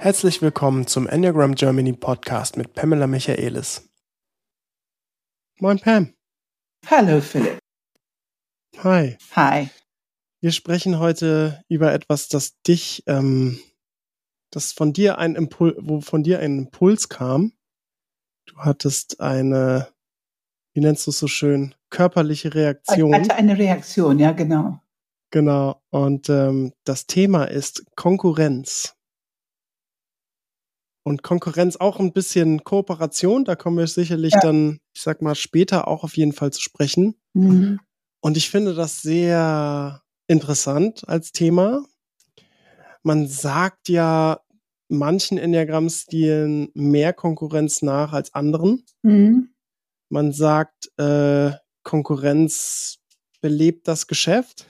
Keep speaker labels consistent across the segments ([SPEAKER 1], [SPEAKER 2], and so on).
[SPEAKER 1] Herzlich willkommen zum Enneagram Germany Podcast mit Pamela Michaelis. Moin Pam.
[SPEAKER 2] Hallo Philipp.
[SPEAKER 1] Hi.
[SPEAKER 2] Hi.
[SPEAKER 1] Wir sprechen heute über etwas, das dich, das von dir wo von dir ein Impuls kam. Du hattest eine, wie nennst du es so schön, körperliche Reaktion.
[SPEAKER 2] Ich hatte eine Reaktion, ja genau.
[SPEAKER 1] Genau. Und das Thema ist Konkurrenz. Und Konkurrenz auch ein bisschen Kooperation, da kommen wir sicherlich dann, ich sag mal, später auch auf jeden Fall zu sprechen.
[SPEAKER 2] Mhm.
[SPEAKER 1] Und ich finde das sehr interessant als Thema. Man sagt ja manchen Enneagramm-Stilen mehr Konkurrenz nach als anderen.
[SPEAKER 2] Mhm.
[SPEAKER 1] Man sagt, Konkurrenz belebt das Geschäft.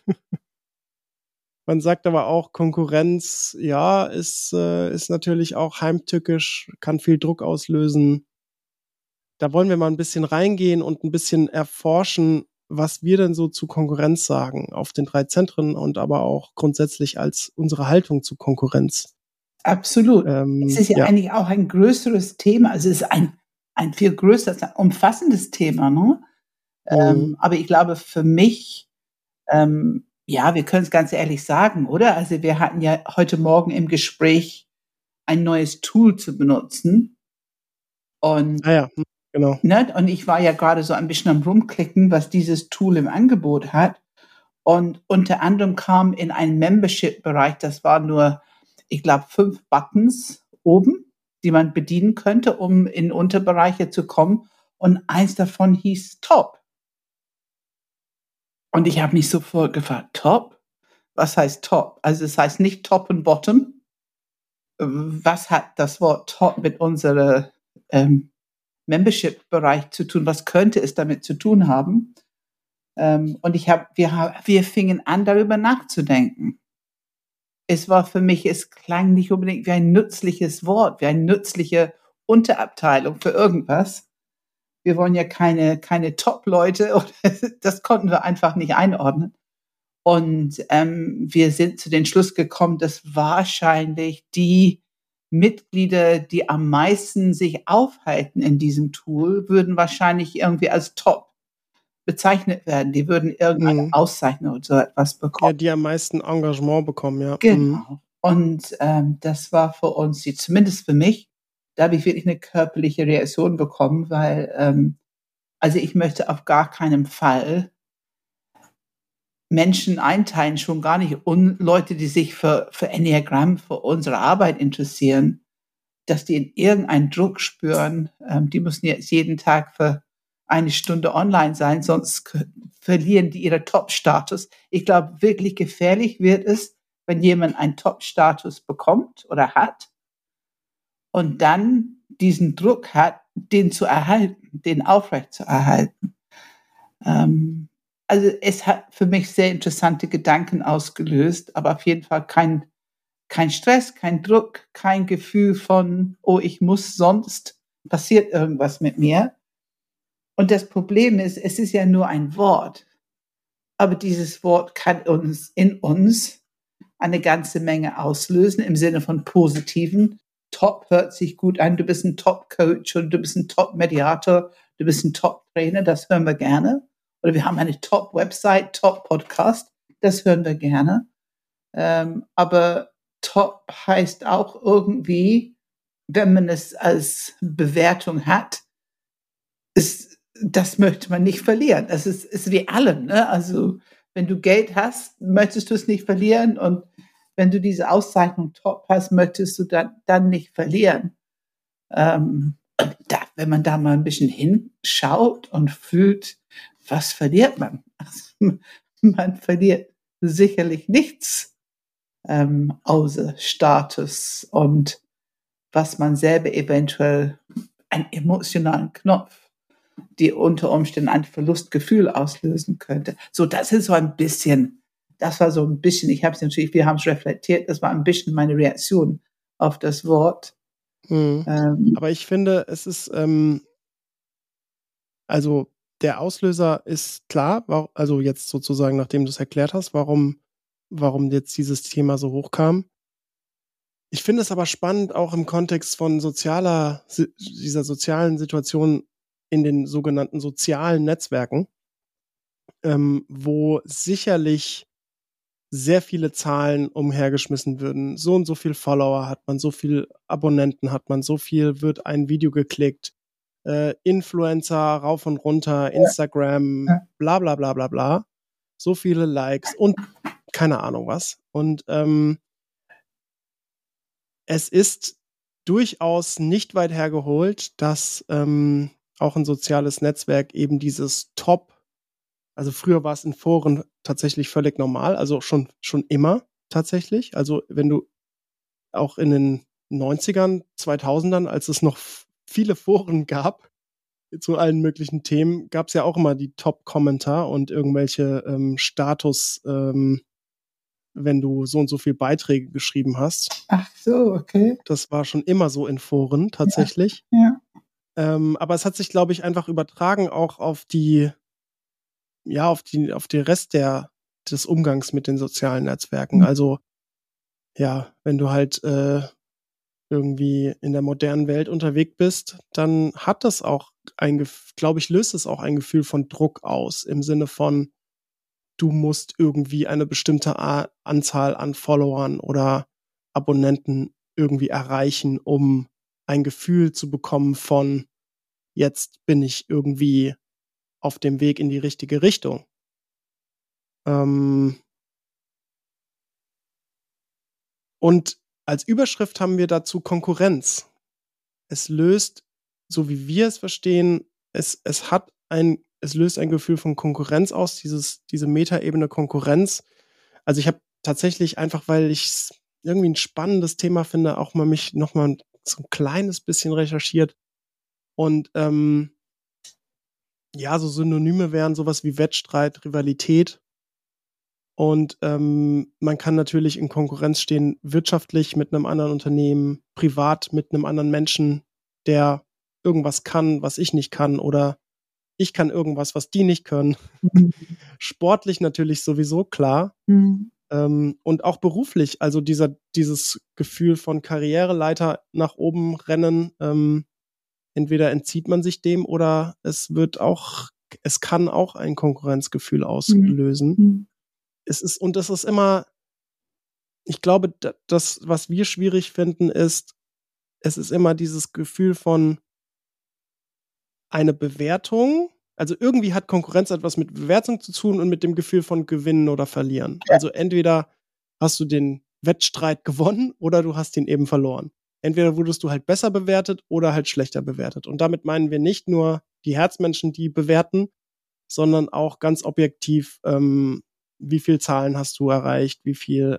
[SPEAKER 1] Man sagt aber auch, Konkurrenz, ja, ist natürlich auch heimtückisch, kann viel Druck auslösen. Da wollen wir mal ein bisschen reingehen und ein bisschen erforschen, was wir denn so zu Konkurrenz sagen, auf den 3 Zentren und aber auch grundsätzlich als unsere Haltung zu Konkurrenz.
[SPEAKER 2] Absolut. Es ist ja eigentlich auch ein größeres Thema. Also es ist ein viel größeres, umfassendes Thema, ne? Aber ich glaube, für mich, wir können es ganz ehrlich sagen, oder? Also wir hatten ja heute Morgen im Gespräch ein neues Tool zu benutzen. Und,
[SPEAKER 1] genau.
[SPEAKER 2] Ne? Und ich war ja gerade so ein bisschen am Rumklicken, was dieses Tool im Angebot hat. Und unter anderem kam in einen Membership-Bereich, das war nur, ich glaube, 5 Buttons oben, die man bedienen könnte, um in Unterbereiche zu kommen. Und eins davon hieß Top. Und ich habe mich sofort gefragt, Top? Was heißt Top? Also es heißt nicht Top und Bottom. Was hat das Wort Top mit unserem Membership-Bereich zu tun? Was könnte es damit zu tun haben? Und wir fingen an, darüber nachzudenken. Es war für mich, es klang nicht unbedingt wie ein nützliches Wort, wie eine nützliche Unterabteilung für irgendwas. Wir wollen ja keine Top-Leute, das konnten wir einfach nicht einordnen. Und wir sind zu dem Schluss gekommen, dass wahrscheinlich die Mitglieder, die am meisten sich aufhalten in diesem Tool, würden wahrscheinlich irgendwie als Top bezeichnet werden. Die würden irgendeine Auszeichnung oder so etwas bekommen.
[SPEAKER 1] Ja, die am meisten Engagement bekommen, ja.
[SPEAKER 2] Genau. Und das war für uns, zumindest für mich, da habe ich wirklich eine körperliche Reaktion bekommen, weil also ich möchte auf gar keinen Fall Menschen einteilen, schon gar nicht Leute, die sich für Enneagramm, für unsere Arbeit interessieren, dass die in irgendeinen Druck spüren. Die müssen jetzt jeden Tag für 1 Stunde online sein, sonst verlieren die ihren Top-Status. Ich glaube, wirklich gefährlich wird es, wenn jemand einen Top-Status bekommt oder hat und dann diesen Druck hat, den zu erhalten, den aufrecht zu erhalten. Also es hat für mich sehr interessante Gedanken ausgelöst, aber auf jeden Fall kein Stress, kein Druck, kein Gefühl von, oh, ich muss, sonst passiert irgendwas mit mir. Und das Problem ist, es ist ja nur ein Wort, aber dieses Wort kann in uns eine ganze Menge auslösen im Sinne von positiven. Top hört sich gut an, du bist ein Top-Coach und du bist ein Top-Mediator, du bist ein Top-Trainer, das hören wir gerne. Oder wir haben eine Top-Website, Top-Podcast, das hören wir gerne. Aber Top heißt auch irgendwie, wenn man es als Bewertung hat, das möchte man nicht verlieren. Das ist wie allem, ne? Also wenn du Geld hast, möchtest du es nicht verlieren, und wenn du diese Auszeichnung Top hast, möchtest du dann nicht verlieren. Wenn man da mal ein bisschen hinschaut und fühlt, was verliert man? Also, man verliert sicherlich nichts, außer Status und was man selber eventuell, einen emotionalen Knopf, die unter Umständen ein Verlustgefühl auslösen könnte. So, das war so ein bisschen, wir haben es reflektiert, das war ein bisschen meine Reaktion auf das Wort.
[SPEAKER 1] Aber ich finde, es ist, also der Auslöser ist klar, also jetzt sozusagen, nachdem du es erklärt hast, warum jetzt dieses Thema so hochkam. Ich finde es aber spannend, auch im Kontext von dieser sozialen Situation in den sogenannten sozialen Netzwerken, wo sicherlich sehr viele Zahlen umhergeschmissen würden. So und so viel Follower hat man, so viel Abonnenten hat man, so viel wird ein Video geklickt, Influencer rauf und runter, Instagram, bla bla bla bla bla, so viele Likes und keine Ahnung was. Und es ist durchaus nicht weit hergeholt, dass auch ein soziales Netzwerk eben dieses also früher war es in Foren tatsächlich völlig normal, also schon immer tatsächlich. Also wenn du auch in den 90ern, 2000ern, als es noch viele Foren gab zu allen möglichen Themen, gab es ja auch immer die Top-Kommentar und irgendwelche Status, wenn du so und so viel Beiträge geschrieben hast.
[SPEAKER 2] Ach so, okay.
[SPEAKER 1] Das war schon immer so in Foren tatsächlich.
[SPEAKER 2] Ja.
[SPEAKER 1] Aber es hat sich, glaube ich, einfach übertragen auch auf die Rest des Umgangs mit den sozialen Netzwerken. Also, ja, wenn du halt irgendwie in der modernen Welt unterwegs bist, dann hat das auch glaube ich, löst es auch ein Gefühl von Druck aus, im Sinne von, du musst irgendwie eine bestimmte Anzahl an Followern oder Abonnenten irgendwie erreichen, um ein Gefühl zu bekommen von, jetzt bin ich irgendwie auf dem Weg in die richtige Richtung. Und als Überschrift haben wir dazu Konkurrenz. Es löst, so wie wir es verstehen, es löst ein Gefühl von Konkurrenz aus, diese Metaebene Konkurrenz. Also ich habe tatsächlich einfach, weil ich es irgendwie ein spannendes Thema finde, auch mal mich nochmal so ein kleines bisschen recherchiert. Und so Synonyme wären sowas wie Wettstreit, Rivalität. Und man kann natürlich in Konkurrenz stehen, wirtschaftlich mit einem anderen Unternehmen, privat mit einem anderen Menschen, der irgendwas kann, was ich nicht kann, oder ich kann irgendwas, was die nicht können. Sportlich natürlich sowieso, klar. Und auch beruflich, also dieses Gefühl von Karriereleiter nach oben rennen, entweder entzieht man sich dem oder es kann auch ein Konkurrenzgefühl auslösen. Das ist immer, ich glaube, das, was wir schwierig finden, ist, es ist immer dieses Gefühl von eine Bewertung. Also irgendwie hat Konkurrenz etwas mit Bewertung zu tun und mit dem Gefühl von Gewinnen oder Verlieren. Also entweder hast du den Wettstreit gewonnen oder du hast ihn eben verloren. Entweder wurdest du halt besser bewertet oder halt schlechter bewertet. Und damit meinen wir nicht nur die Herzmenschen, die bewerten, sondern auch ganz objektiv, wie viel Zahlen hast du erreicht, wie viel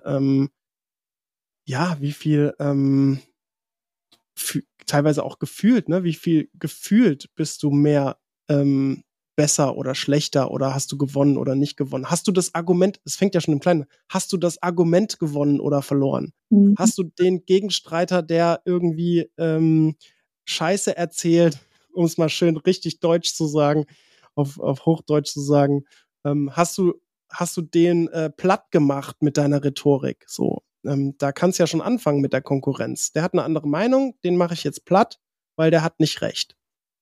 [SPEAKER 1] teilweise auch gefühlt, ne? Wie viel gefühlt bist du mehr besser oder schlechter oder hast du gewonnen oder nicht gewonnen? Hast du das Argument, es fängt ja schon im Kleinen, hast du das Argument gewonnen oder verloren? Hast du den Gegenstreiter, der irgendwie Scheiße erzählt, um es mal schön richtig deutsch zu sagen, auf Hochdeutsch zu sagen, hast du den platt gemacht mit deiner Rhetorik? So. Da kann es ja schon anfangen mit der Konkurrenz. Der hat eine andere Meinung, den mache ich jetzt platt, weil der hat nicht recht.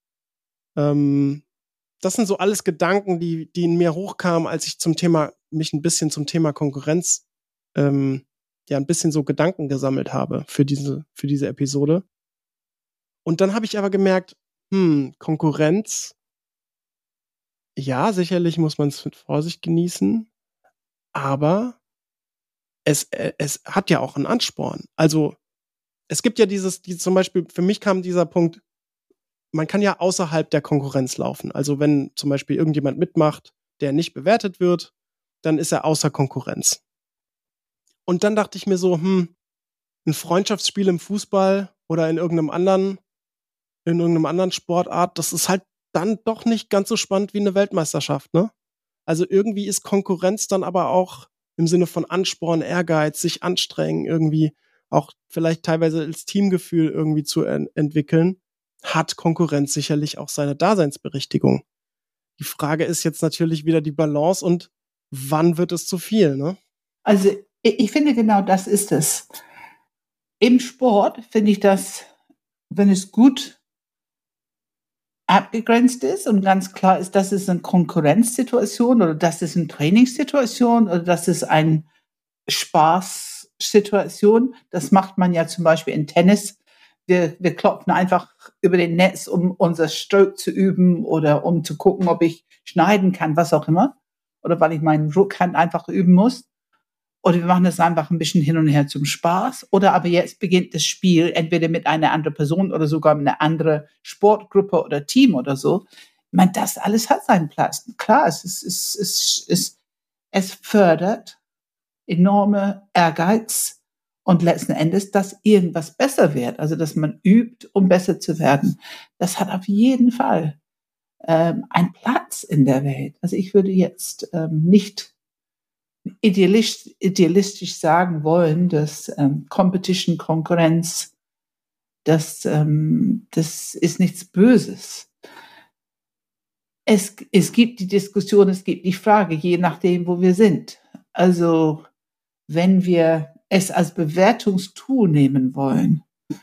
[SPEAKER 1] Das sind so alles Gedanken, die in mir hochkamen, als ich mich ein bisschen zum Thema Konkurrenz ein bisschen so Gedanken gesammelt habe für diese Episode. Und dann habe ich aber gemerkt, Konkurrenz, ja, sicherlich muss man es mit Vorsicht genießen, aber es hat ja auch einen Ansporn. Also es gibt ja zum Beispiel, für mich kam dieser Punkt, man kann ja außerhalb der Konkurrenz laufen. Also wenn zum Beispiel irgendjemand mitmacht, der nicht bewertet wird, dann ist er außer Konkurrenz. Und dann dachte ich mir so, ein Freundschaftsspiel im Fußball oder in irgendeinem anderen Sportart, das ist halt dann doch nicht ganz so spannend wie eine Weltmeisterschaft, ne? Also irgendwie ist Konkurrenz dann aber auch im Sinne von Ansporn, Ehrgeiz, sich anstrengen, irgendwie auch vielleicht teilweise als Teamgefühl irgendwie zu entwickeln, hat Konkurrenz sicherlich auch seine Daseinsberechtigung. Die Frage ist jetzt natürlich wieder die Balance und wann wird es zu viel, ne?
[SPEAKER 2] Also ich finde, genau das ist es. Im Sport finde ich das, wenn es gut abgegrenzt ist und ganz klar ist, das ist eine Konkurrenzsituation oder das ist eine Trainingssituation oder das ist eine Spaßsituation. Das macht man ja zum Beispiel in Tennis. Wir klopfen einfach über den Netz, um unser Stroke zu üben oder um zu gucken, ob ich schneiden kann, was auch immer. Oder weil ich meinen Rückhand einfach üben muss. Oder wir machen das einfach ein bisschen hin und her zum Spaß. Oder aber jetzt beginnt das Spiel entweder mit einer anderen Person oder sogar mit einer anderen Sportgruppe oder Team oder so. Ich meine, das alles hat seinen Platz. Klar, es fördert enorme Ehrgeiz und letzten Endes, dass irgendwas besser wird. Also, dass man übt, um besser zu werden. Das hat auf jeden Fall einen Platz in der Welt. Also ich würde jetzt nicht idealistisch sagen wollen, dass Competition, Konkurrenz, das ist nichts Böses. Es gibt die Diskussion, es gibt die Frage, je nachdem, wo wir sind. Also wenn wir es als Bewertungstool nehmen wollen,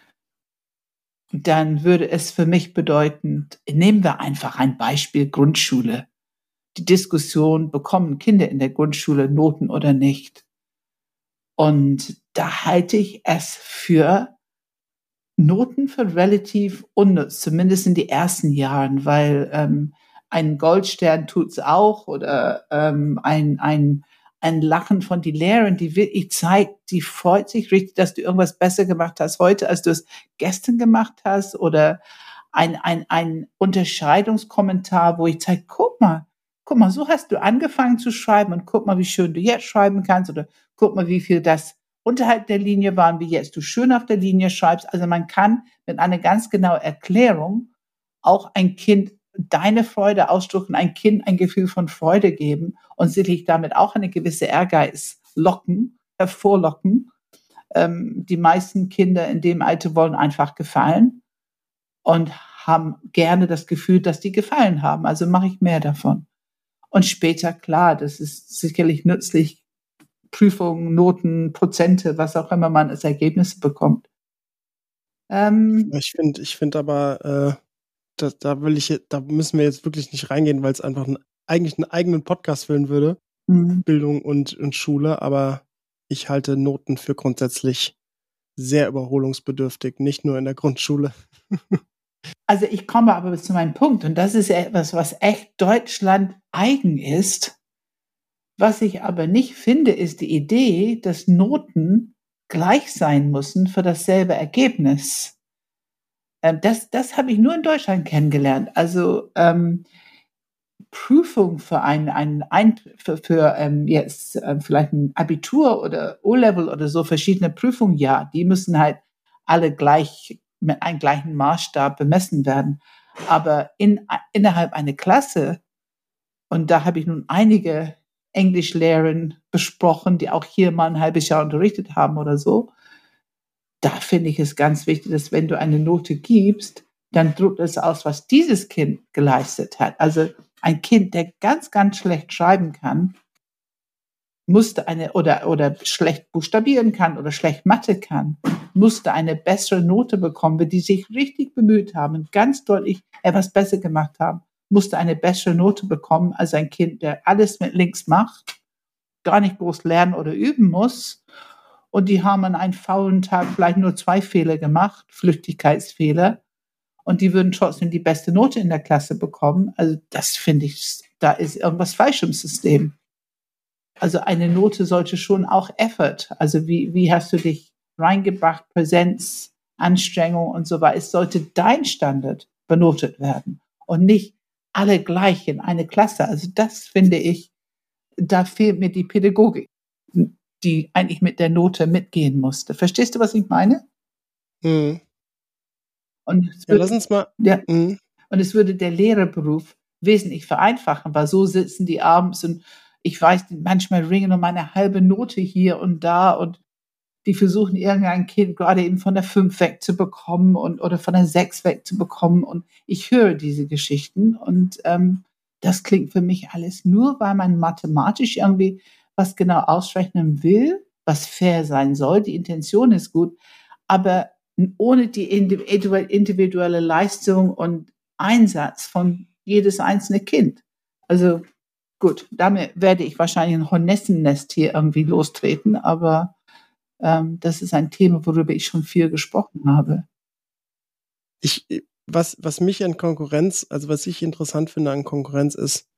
[SPEAKER 2] dann würde es für mich bedeuten, nehmen wir einfach ein Beispiel Grundschule. Die Diskussion, bekommen Kinder in der Grundschule Noten oder nicht? Und da halte ich es für Noten für relativ unnütz, zumindest in die ersten Jahren, weil ein Goldstern tut's auch oder ein Lachen von die Lehrerin, die wirklich zeigt, die freut sich richtig, dass du irgendwas besser gemacht hast heute, als du es gestern gemacht hast oder ein Unterscheidungskommentar, wo ich zeige, guck mal, so hast du angefangen zu schreiben und guck mal, wie schön du jetzt schreiben kannst oder guck mal, wie viel das unterhalb der Linie war und wie jetzt du schön auf der Linie schreibst. Also man kann mit einer ganz genauen Erklärung auch ein Kind deine Freude ausdrücken, ein Kind ein Gefühl von Freude geben und sicherlich damit auch eine gewisse Ehrgeiz hervorlocken. Die meisten Kinder in dem Alter wollen einfach gefallen und haben gerne das Gefühl, dass die gefallen haben. Also mache ich mehr davon. Und später, klar, das ist sicherlich nützlich, Prüfungen, Noten, Prozente, was auch immer man als Ergebnisse bekommt.
[SPEAKER 1] Ich finde aber, da müssen wir jetzt wirklich nicht reingehen, weil es einfach eigentlich einen eigenen Podcast füllen würde. Bildung und Schule, aber ich halte Noten für grundsätzlich sehr überholungsbedürftig, nicht nur in der Grundschule.
[SPEAKER 2] Also ich komme aber zu meinem Punkt und das ist etwas, was echt Deutschland eigen ist. Was ich aber nicht finde, ist die Idee, dass Noten gleich sein müssen für dasselbe Ergebnis. Das habe ich nur in Deutschland kennengelernt. Also Prüfung für jetzt vielleicht ein Abitur oder O-Level oder so, verschiedene Prüfungen, ja, die müssen halt alle gleich mit einem gleichen Maßstab bemessen werden. Aber innerhalb einer Klasse, und da habe ich nun einige Englischlehrerinnen besprochen, die auch hier mal ein halbes Jahr unterrichtet haben oder so, da finde ich es ganz wichtig, dass wenn du eine Note gibst, dann drückt es aus, was dieses Kind geleistet hat. Also ein Kind, der ganz, ganz schlecht schreiben kann, musste oder schlecht buchstabieren kann oder schlecht Mathe kann, musste eine bessere Note bekommen, weil die sich richtig bemüht haben und ganz deutlich etwas besser gemacht haben, musste eine bessere Note bekommen als ein Kind, der alles mit links macht, gar nicht groß lernen oder üben muss. Und die haben an einem faulen Tag vielleicht nur 2 Fehler gemacht, Flüchtigkeitsfehler. Und die würden trotzdem die beste Note in der Klasse bekommen. Also das finde ich, da ist irgendwas falsch im System. Also eine Note sollte schon auch Effort, also wie hast du dich reingebracht, Präsenz, Anstrengung und so weiter. Es sollte dein Standard benotet werden und nicht alle gleich in eine Klasse. Also das finde ich, da fehlt mir die Pädagogik, die eigentlich mit der Note mitgehen musste. Verstehst du, was ich meine?
[SPEAKER 1] Mhm.
[SPEAKER 2] Und
[SPEAKER 1] lass uns mal.
[SPEAKER 2] Ja, und es würde der Lehrerberuf wesentlich vereinfachen, weil so sitzen die abends und ich weiß, manchmal ringen um eine halbe Note hier und da und die versuchen irgendein Kind gerade eben von der 5 wegzubekommen oder von der 6 wegzubekommen und ich höre diese Geschichten und das klingt für mich alles nur, weil man mathematisch irgendwie was genau ausrechnen will, was fair sein soll. Die Intention ist gut, aber ohne die individuelle Leistung und Einsatz von jedes einzelne Kind. Also gut, damit werde ich wahrscheinlich ein Hornissennest hier irgendwie lostreten, aber das ist ein Thema, worüber ich schon viel gesprochen habe.
[SPEAKER 1] Was mich an Konkurrenz, also was ich interessant finde an Konkurrenz ist,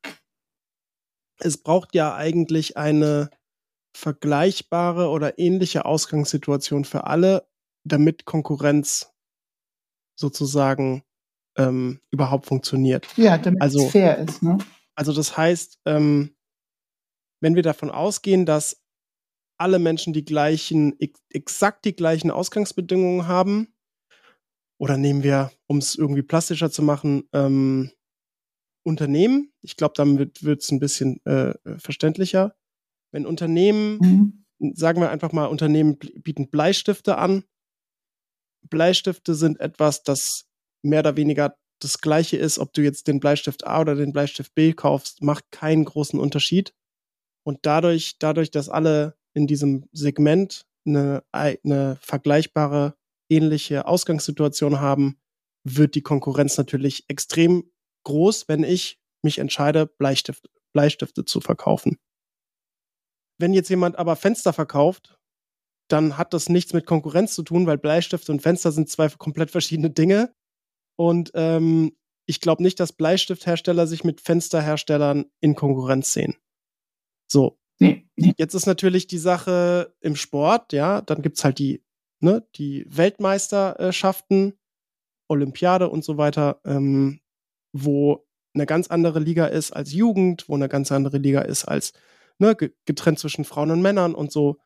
[SPEAKER 1] es braucht ja eigentlich eine vergleichbare oder ähnliche Ausgangssituation für alle, damit Konkurrenz sozusagen überhaupt funktioniert.
[SPEAKER 2] Ja, damit es fair ist, ne?
[SPEAKER 1] Also das heißt, wenn wir davon ausgehen, dass alle Menschen exakt die gleichen Ausgangsbedingungen haben, oder nehmen wir, um es irgendwie plastischer zu machen, Unternehmen. Ich glaube, damit wird es ein bisschen verständlicher. Wenn Unternehmen, sagen wir einfach mal, Unternehmen bieten Bleistifte an. Bleistifte sind etwas, das mehr oder weniger das Gleiche ist, ob du jetzt den Bleistift A oder den Bleistift B kaufst, macht keinen großen Unterschied. Und dadurch, dass alle in diesem Segment eine vergleichbare, ähnliche Ausgangssituation haben, wird die Konkurrenz natürlich extrem groß, wenn ich mich entscheide, Bleistifte zu verkaufen. Wenn jetzt jemand aber Fenster verkauft, dann hat das nichts mit Konkurrenz zu tun, weil Bleistifte und Fenster sind zwei komplett verschiedene Dinge. Und ich glaube nicht, dass Bleistifthersteller sich mit Fensterherstellern in Konkurrenz sehen. So.
[SPEAKER 2] Nee.
[SPEAKER 1] Jetzt ist natürlich die Sache im Sport, ja, dann gibt's halt die Weltmeisterschaften, Olympiade und so weiter, wo eine ganz andere Liga ist als Jugend, wo eine ganz andere Liga ist als getrennt zwischen Frauen und Männern und so.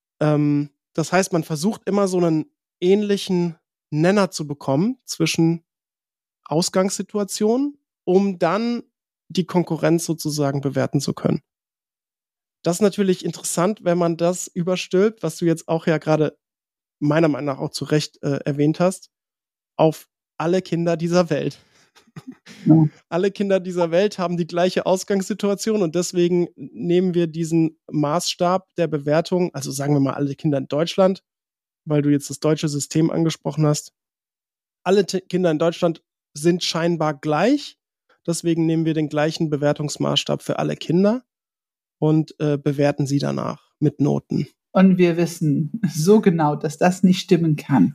[SPEAKER 1] Das heißt, man versucht immer so einen ähnlichen Nenner zu bekommen zwischen Ausgangssituationen, um dann die Konkurrenz sozusagen bewerten zu können. Das ist natürlich interessant, wenn man das überstülpt, was du jetzt auch ja gerade meiner Meinung nach auch zu Recht erwähnt hast, auf alle Kinder dieser Welt. Ja. Alle Kinder dieser Welt haben die gleiche Ausgangssituation und deswegen nehmen wir diesen Maßstab der Bewertung, also sagen wir mal alle Kinder in Deutschland, weil du jetzt das deutsche System angesprochen hast. Alle Kinder in Deutschland sind scheinbar gleich, deswegen nehmen wir den gleichen Bewertungsmaßstab für alle Kinder und bewerten sie danach mit Noten.
[SPEAKER 2] Und wir wissen so genau, dass das nicht stimmen kann.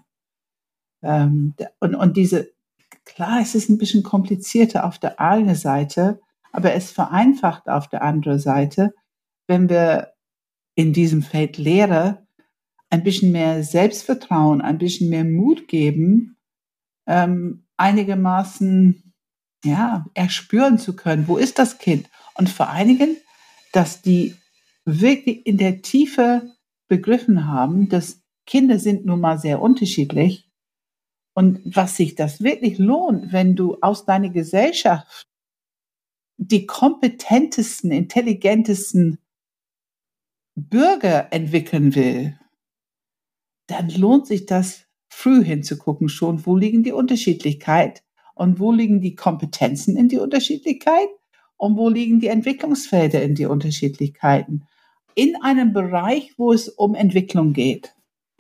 [SPEAKER 2] Und diese, klar, es ist ein bisschen komplizierter auf der einen Seite, aber es vereinfacht auf der anderen Seite, wenn wir in diesem Feld Lehrer ein bisschen mehr Selbstvertrauen, ein bisschen mehr Mut geben, einigermaßen erspüren zu können, wo ist das Kind? Und vor allen Dingen, dass die wirklich in der Tiefe begriffen haben, dass Kinder sind nun mal sehr unterschiedlich und was sich das wirklich lohnt, wenn du aus deiner Gesellschaft die kompetentesten, intelligentesten Bürger entwickeln will, dann lohnt sich das früh hinzugucken schon, wo liegen die Unterschiedlichkeit und wo liegen die Kompetenzen in die Unterschiedlichkeit und wo liegen die Entwicklungsfelder in die Unterschiedlichkeiten. In einem Bereich, wo es um Entwicklung geht.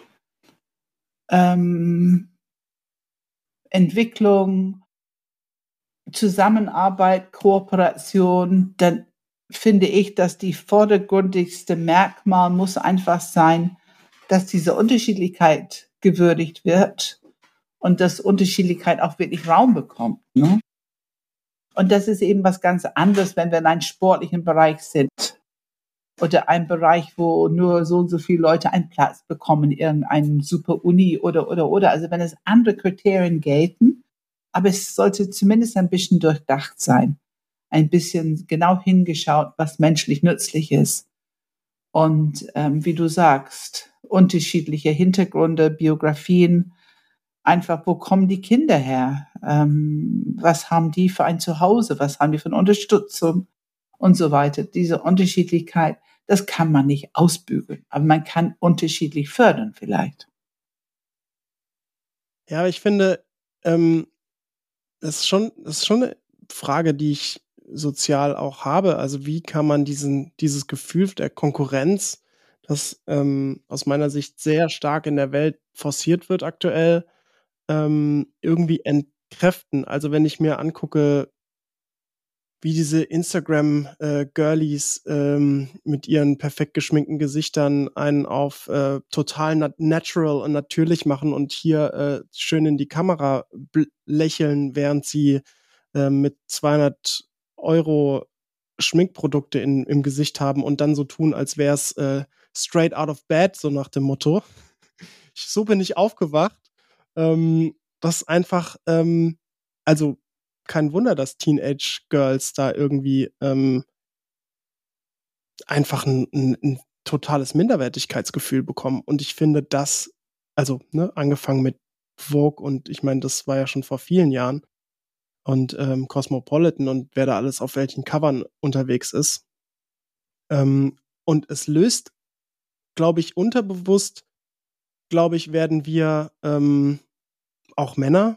[SPEAKER 2] Entwicklung, Zusammenarbeit, Kooperation, dann finde ich, dass die vordergründigste Merkmal muss einfach sein, dass diese Unterschiedlichkeit gewürdigt wird und dass Unterschiedlichkeit auch wirklich Raum bekommt. Ne? Und das ist eben was ganz anderes, wenn wir in einem sportlichen Bereich sind oder einem Bereich, wo nur so und so viele Leute einen Platz bekommen, irgendeinem super Uni oder. Also wenn es andere Kriterien gelten, aber es sollte zumindest ein bisschen durchdacht sein, ein bisschen genau hingeschaut, was menschlich nützlich ist. Und wie du sagst, unterschiedliche Hintergründe, Biografien, einfach, wo kommen die Kinder her? Was haben die für ein Zuhause? Was haben die für eine Unterstützung? Und so weiter. Diese Unterschiedlichkeit, das kann man nicht ausbügeln, aber man kann unterschiedlich fördern vielleicht.
[SPEAKER 1] Ja, aber ich finde, das ist schon eine Frage, die ich sozial auch habe. Also wie kann man dieses Gefühl der Konkurrenz, das aus meiner Sicht sehr stark in der Welt forciert wird aktuell, irgendwie entkräften. Also, wenn ich mir angucke, wie diese Instagram, Girlies, mit ihren perfekt geschminkten Gesichtern einen auf, total natural und natürlich machen und hier, schön in die Kamera lächeln, während sie, mit 200 € Schminkprodukte im Gesicht haben und dann so tun, als wär's, straight out of bed, so nach dem Motto. So bin ich aufgewacht. Das einfach, also, kein Wunder, dass Teenage Girls da irgendwie, einfach 'n totales Minderwertigkeitsgefühl bekommen. Und ich finde das, also, ne, angefangen mit Vogue, und ich meine, das war ja schon vor vielen Jahren, und, Cosmopolitan und wer da alles auf welchen Covern unterwegs ist. Und es löst, glaube ich, unterbewusst, glaube ich, werden wir, auch Männer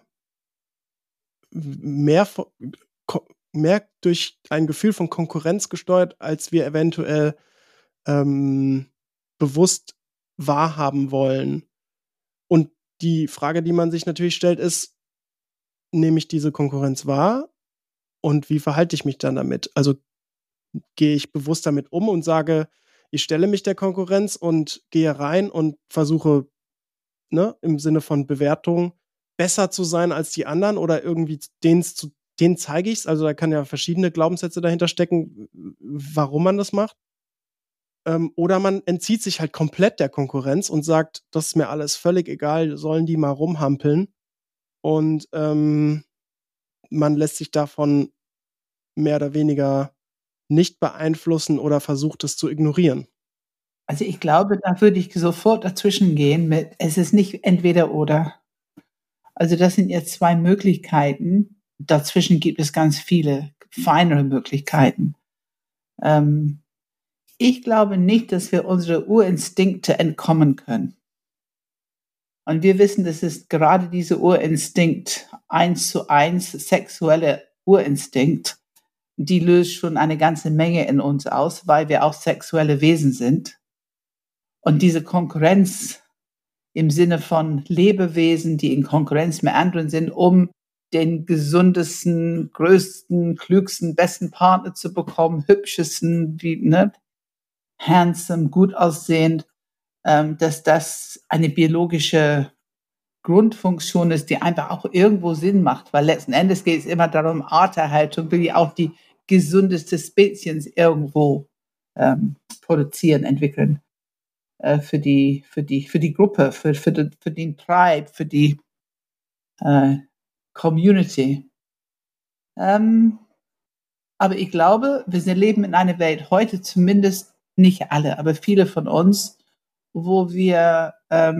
[SPEAKER 1] mehr mehr durch ein Gefühl von Konkurrenz gesteuert, als wir eventuell, ähm, bewusst wahrhaben wollen. Und die Frage, die man sich natürlich stellt, ist: Nehme ich diese Konkurrenz wahr und wie verhalte ich mich dann damit? Also, gehe ich bewusst damit um und sage, ich stelle mich der Konkurrenz und gehe rein und versuche, ne, im Sinne von Bewertung besser zu sein als die anderen oder irgendwie denen zeige ich's. Also, da kann ja verschiedene Glaubenssätze dahinter stecken, warum man das macht. Oder man entzieht sich halt komplett der Konkurrenz und sagt: „Das ist mir alles völlig egal, sollen die mal rumhampeln." Und, man lässt sich davon mehr oder weniger nicht beeinflussen oder versucht es zu ignorieren.
[SPEAKER 2] Also, ich glaube, da würde ich sofort dazwischen gehen mit: „Es ist nicht entweder oder.“ Also, das sind jetzt 2 Möglichkeiten. Dazwischen gibt es ganz viele feinere Möglichkeiten. Ähm, Ich glaube nicht, dass wir unsere Urinstinkte entkommen können. Und wir wissen, das ist gerade diese Urinstinkt, 1:1 sexuelle Urinstinkt, die löst schon eine ganze Menge in uns aus, weil wir auch sexuelle Wesen sind. Und diese Konkurrenz im Sinne von Lebewesen, die in Konkurrenz mit anderen sind, um den gesundesten, größten, klügsten, besten Partner zu bekommen, hübschesten, wie, ne, handsome, gut aussehend, dass das eine biologische Grundfunktion ist, die einfach auch irgendwo Sinn macht, weil letzten Endes geht es immer darum, Arterhaltung will ja auch die gesundeste Spezies irgendwo produzieren, entwickeln, für die Gruppe, für den Tribe, für die äh, Community. Ähm, aber ich glaube, wir leben in einer Welt heute, zumindest nicht alle, aber viele von uns, wo wir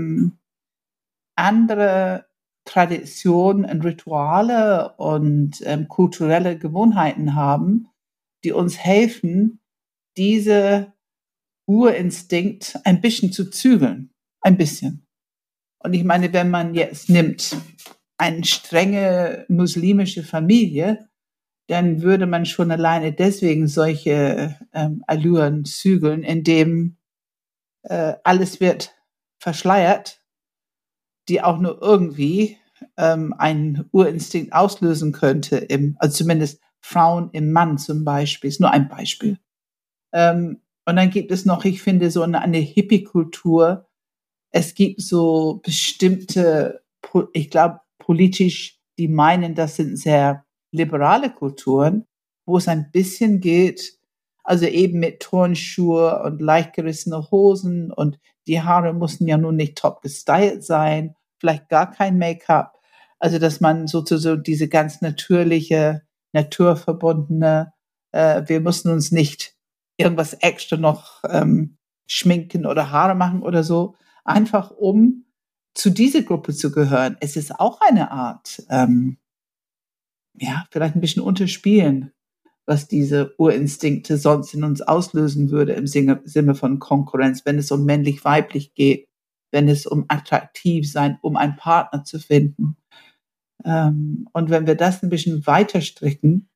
[SPEAKER 2] andere Traditionen und Rituale und kulturelle Gewohnheiten haben, die uns helfen, diese Urinstinkt ein bisschen zu zügeln. Ein bisschen. Und ich meine, wenn man jetzt nimmt eine strenge muslimische Familie, dann würde man schon alleine deswegen solche Allüren zügeln, indem alles wird verschleiert, die auch nur irgendwie einen Urinstinkt auslösen könnte, also zumindest Frauen im Mann zum Beispiel, ist nur ein Beispiel. Und dann gibt es noch, ich finde, so eine Hippie-Kultur. Es gibt so bestimmte, ich glaube, politisch, die meinen, das sind sehr liberale Kulturen, wo es ein bisschen geht, also eben mit Turnschuhe und leicht gerissene Hosen und die Haare mussten ja nun nicht top gestylt sein, vielleicht gar kein Make-up. Also, dass man sozusagen diese ganz natürliche, naturverbundene, wir müssen uns nicht irgendwas extra noch schminken oder Haare machen oder so, einfach um zu dieser Gruppe zu gehören. Es ist auch eine Art, ja, vielleicht ein bisschen unterspielen, was diese Urinstinkte sonst in uns auslösen würde im Sinne von Konkurrenz, wenn es um männlich-weiblich geht, wenn es um attraktiv sein, um einen Partner zu finden. Und wenn wir das ein bisschen weiter stricken,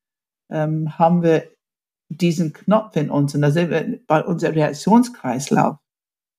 [SPEAKER 2] haben wir diesen Knopf in uns und da sind wir bei unserem Reaktionskreislauf.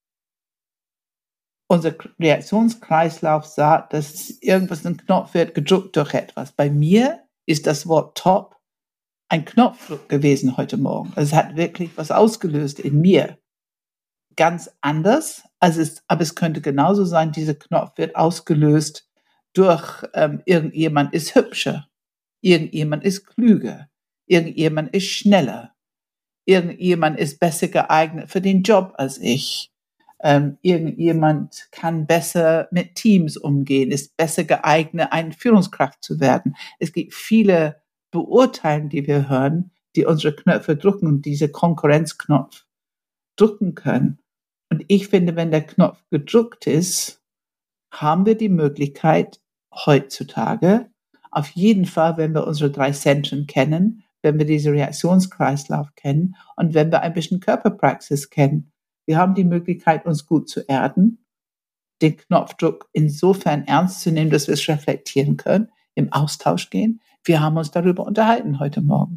[SPEAKER 2] unser Reaktionskreislauf sagt, dass irgendwas ein Knopf wird gedrückt durch etwas. Bei mir ist das Wort Top ein Knopfdruck gewesen heute Morgen. Es hat wirklich was ausgelöst in mir. Ganz anders, aber es könnte genauso sein, dieser Knopf wird ausgelöst durch irgendjemand ist hübscher, irgendjemand ist klüger, irgendjemand ist schneller, irgendjemand ist besser geeignet für den Job als ich. Irgendjemand kann besser mit Teams umgehen, ist besser geeignet, eine Führungskraft zu werden. Es gibt viele Beurteilungen, die wir hören, die unsere Knöpfe drücken und diese Konkurrenzknopf drücken können. Und ich finde, wenn der Knopf gedrückt ist, haben wir die Möglichkeit heutzutage, auf jeden Fall, wenn wir unsere 3 Zentren kennen, wenn wir diesen Reaktionskreislauf kennen und wenn wir ein bisschen Körperpraxis kennen, wir haben die Möglichkeit, uns gut zu erden, den Knopfdruck insofern ernst zu nehmen, dass wir es reflektieren können, im Austausch gehen. Wir haben uns darüber unterhalten heute Morgen.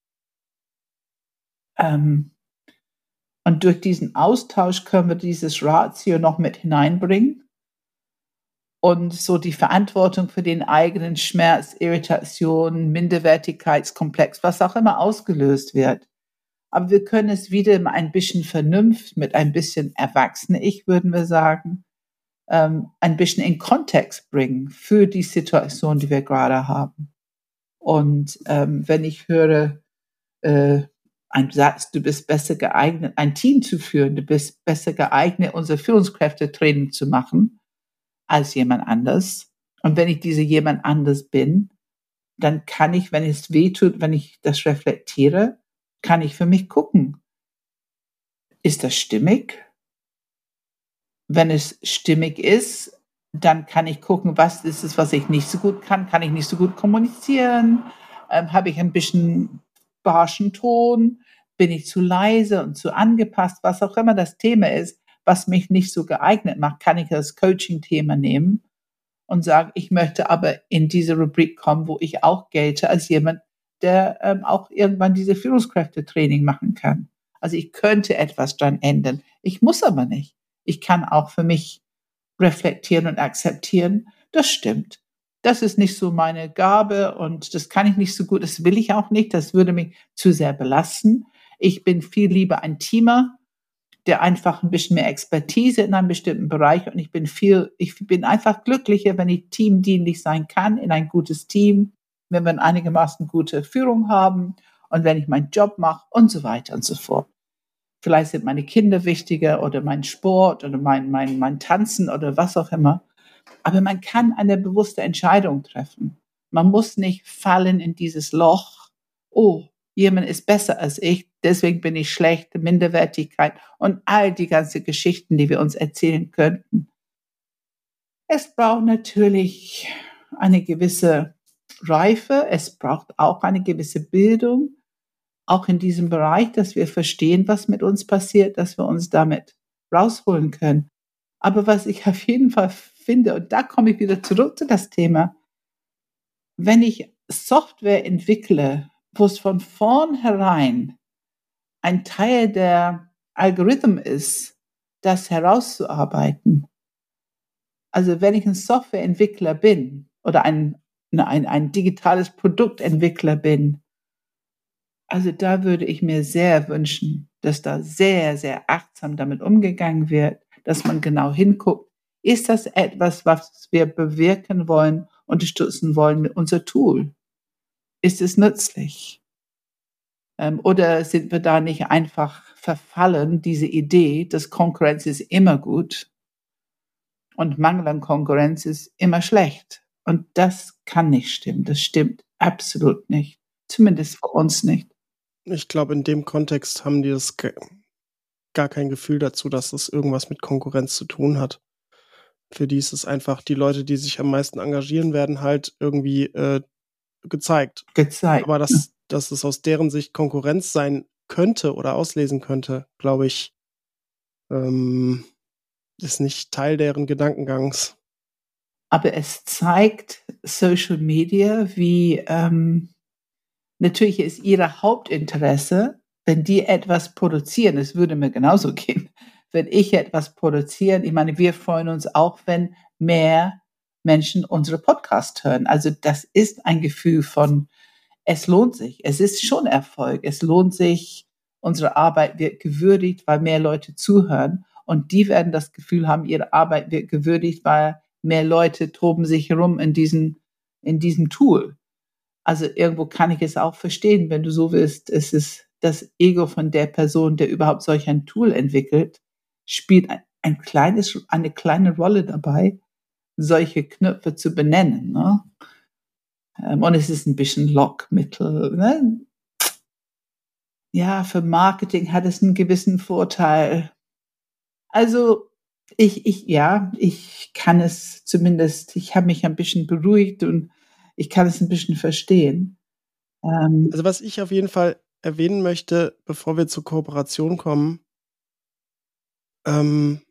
[SPEAKER 2] Und durch diesen Austausch können wir dieses Ratio noch mit hineinbringen und so die Verantwortung für den eigenen Schmerz, Irritation, Minderwertigkeitskomplex, was auch immer ausgelöst wird. Aber wir können es wieder mit ein bisschen Vernunft, mit ein bisschen Erwachsene-Ich, würden wir sagen, ein bisschen in Kontext bringen für die Situation, die wir gerade haben. Und wenn ich höre, ein Satz, du bist besser geeignet, ein Team zu führen, du bist besser geeignet, unser Führungskräftetraining zu machen, als jemand anders. Und wenn ich diese jemand anders bin, dann kann ich, wenn es weh tut, wenn ich das reflektiere, kann ich für mich gucken. Ist das stimmig? Wenn es stimmig ist, dann kann ich gucken, was ist es, was ich nicht so gut kann. Kann ich nicht so gut kommunizieren? Habe ich ein bisschen barschen Ton? Bin ich zu leise und zu angepasst? Was auch immer das Thema ist, was mich nicht so geeignet macht, kann ich das Coaching-Thema nehmen und sagen, ich möchte aber in diese Rubrik kommen, wo ich auch gelte als jemand, der auch irgendwann diese Führungskräftetraining machen kann. Also ich könnte etwas dran ändern. Ich muss aber nicht. Ich kann auch für mich reflektieren und akzeptieren, das stimmt. Das ist nicht so meine Gabe und das kann ich nicht so gut, das will ich auch nicht, das würde mich zu sehr belasten. Ich bin viel lieber ein Teamer, der einfach ein bisschen mehr Expertise in einem bestimmten Bereich und ich bin einfach glücklicher, wenn ich teamdienlich sein kann in ein gutes Team, wenn wir einigermaßen gute Führung haben und wenn ich meinen Job mache und so weiter und so fort. Vielleicht sind meine Kinder wichtiger oder mein Sport oder mein Tanzen oder was auch immer. Aber man kann eine bewusste Entscheidung treffen. Man muss nicht fallen in dieses Loch. Oh, jemand ist besser als ich, deswegen bin ich schlecht, Minderwertigkeit und all die ganzen Geschichten, die wir uns erzählen könnten. Es braucht natürlich eine gewisse Reife. Es braucht auch eine gewisse Bildung. Auch in diesem Bereich, dass wir verstehen, was mit uns passiert, dass wir uns damit rausholen können. Aber was ich auf jeden Fall finde, und da komme ich wieder zurück zu das Thema, wenn ich Software entwickle, wo es von vornherein ein Teil der Algorithmen ist, das herauszuarbeiten. Also wenn ich ein Softwareentwickler bin oder ein digitales Produktentwickler bin, also da würde ich mir sehr wünschen, dass da sehr, sehr achtsam damit umgegangen wird, dass man genau hinguckt. Ist das etwas, was wir bewirken wollen, unterstützen wollen mit unser Tool? Ist es nützlich? Oder sind wir da nicht einfach verfallen, diese Idee, dass Konkurrenz ist immer gut und Mangel an Konkurrenz ist immer schlecht? Und das kann nicht stimmen. Das stimmt absolut nicht. Zumindest für uns nicht.
[SPEAKER 1] Ich glaube, in dem Kontext haben die das gar kein Gefühl dazu, dass das irgendwas mit Konkurrenz zu tun hat. Für die ist es einfach, die Leute, die sich am meisten engagieren, werden halt irgendwie gezeigt. Aber dass es aus deren Sicht Konkurrenz sein könnte oder auslesen könnte, glaube ich, ist nicht Teil deren Gedankengangs.
[SPEAKER 2] Aber es zeigt Social Media, wie natürlich ist ihre Hauptinteresse, wenn die etwas produzieren, es würde mir genauso gehen, wenn ich etwas produziere, ich meine, wir freuen uns auch, wenn mehr Menschen unsere Podcast hören. Also das ist ein Gefühl von, es lohnt sich. Es ist schon Erfolg. Es lohnt sich. Unsere Arbeit wird gewürdigt, weil mehr Leute zuhören. Und die werden das Gefühl haben, ihre Arbeit wird gewürdigt, weil mehr Leute toben sich herum in diesem Tool. Also irgendwo kann ich es auch verstehen, wenn du so willst. Es ist das Ego von der Person, der überhaupt solch ein Tool entwickelt, spielt eine kleine Rolle dabei, solche Knöpfe zu benennen. Ne? Und es ist ein bisschen Lockmittel. Ne? Ja, für Marketing hat es einen gewissen Vorteil. Also ich kann es zumindest, ich habe mich ein bisschen beruhigt und ich kann es ein bisschen verstehen.
[SPEAKER 1] Also was ich auf jeden Fall erwähnen möchte, bevor wir zur Kooperation kommen, das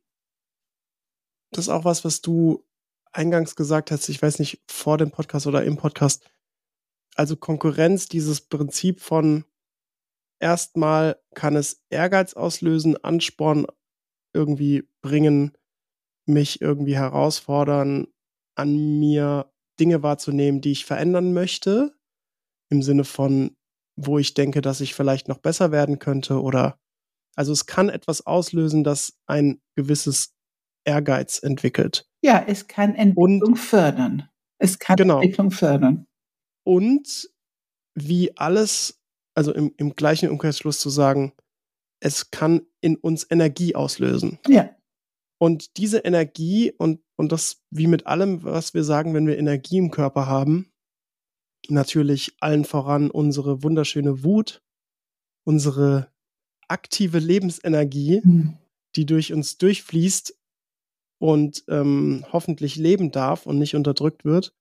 [SPEAKER 1] ist auch was du eingangs gesagt hast, ich weiß nicht, vor dem Podcast oder im Podcast. Also Konkurrenz, dieses Prinzip von erstmal kann es Ehrgeiz auslösen, Ansporn irgendwie bringen, mich irgendwie herausfordern, an mir Dinge wahrzunehmen, die ich verändern möchte, im Sinne von, wo ich denke, dass ich vielleicht noch besser werden könnte oder also es kann etwas auslösen, das ein gewisses Ehrgeiz entwickelt.
[SPEAKER 2] Ja, es kann Entwicklung fördern. Es kann
[SPEAKER 1] Genau.
[SPEAKER 2] Entwicklung fördern.
[SPEAKER 1] Und wie alles, also im gleichen Umkehrschluss zu sagen, es kann in uns Energie auslösen.
[SPEAKER 2] Ja.
[SPEAKER 1] Und diese Energie und das wie mit allem, was wir sagen, wenn wir Energie im Körper haben, natürlich allen voran unsere wunderschöne Wut, unsere aktive Lebensenergie, die durch uns durchfließt und hoffentlich leben darf und nicht unterdrückt wird.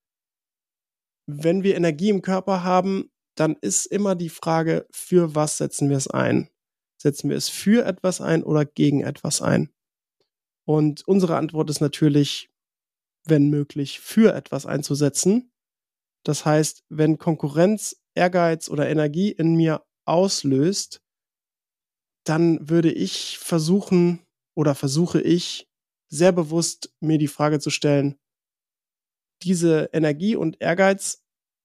[SPEAKER 1] Wenn wir Energie im Körper haben, dann ist immer die Frage, für was setzen wir es ein? Setzen wir es für etwas ein oder gegen etwas ein? Und unsere Antwort ist natürlich, wenn möglich, für etwas einzusetzen. Das heißt, wenn Konkurrenz, Ehrgeiz oder Energie in mir auslöst, dann würde ich versuchen oder versuche ich sehr bewusst mir die Frage zu stellen, diese Energie und Ehrgeiz,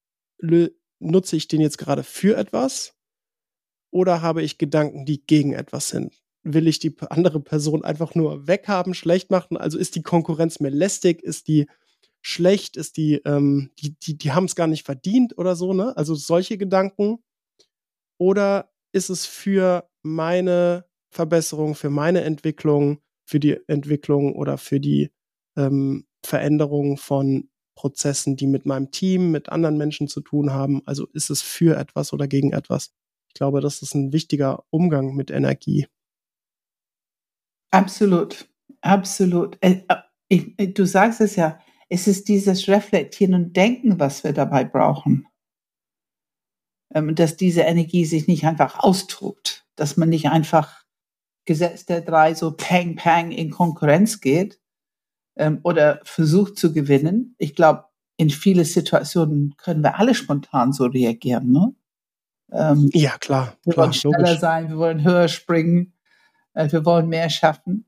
[SPEAKER 1] nutze ich den jetzt gerade für etwas oder habe ich Gedanken, die gegen etwas sind? Will ich die andere Person einfach nur weghaben, schlecht machen? Also ist die Konkurrenz mir lästig? Ist die schlecht? Ist die haben es gar nicht verdient oder so, ne? Also solche Gedanken. Oder ist es für meine Verbesserung, für meine Entwicklung, für die Entwicklung oder für die Veränderung von Prozessen, die mit meinem Team, mit anderen Menschen zu tun haben? Also ist es für etwas oder gegen etwas? Ich glaube, das ist ein wichtiger Umgang mit Energie.
[SPEAKER 2] Absolut, absolut. Du sagst es ja, es ist dieses Reflektieren und Denken, was wir dabei brauchen. Dass diese Energie sich nicht einfach austobt, dass man nicht einfach Gesetz der Drei so Pang, Pang in Konkurrenz geht oder versucht zu gewinnen. Ich glaube, in viele Situationen können wir alle spontan so reagieren. Ne?
[SPEAKER 1] Ja, klar,
[SPEAKER 2] Wir wollen schneller
[SPEAKER 1] logisch.
[SPEAKER 2] sein, wir wollen höher springen, wir wollen mehr schaffen.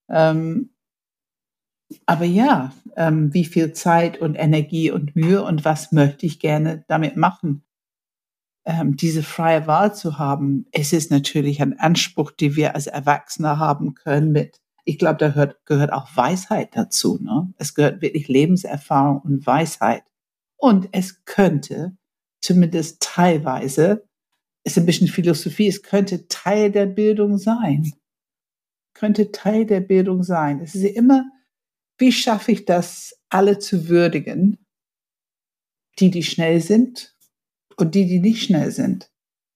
[SPEAKER 2] Aber ja, wie viel Zeit und Energie und Mühe und was möchte ich gerne damit machen? Diese freie Wahl zu haben, es ist natürlich ein Anspruch, den wir als Erwachsene haben können ich glaube, da gehört auch Weisheit dazu. Ne? Es gehört wirklich Lebenserfahrung und Weisheit. Und es könnte, zumindest teilweise, ist ein bisschen Philosophie, es könnte Teil der Bildung sein. Könnte Teil der Bildung sein. Es ist immer, wie schaffe ich das, alle zu würdigen, die schnell sind und die nicht schnell sind.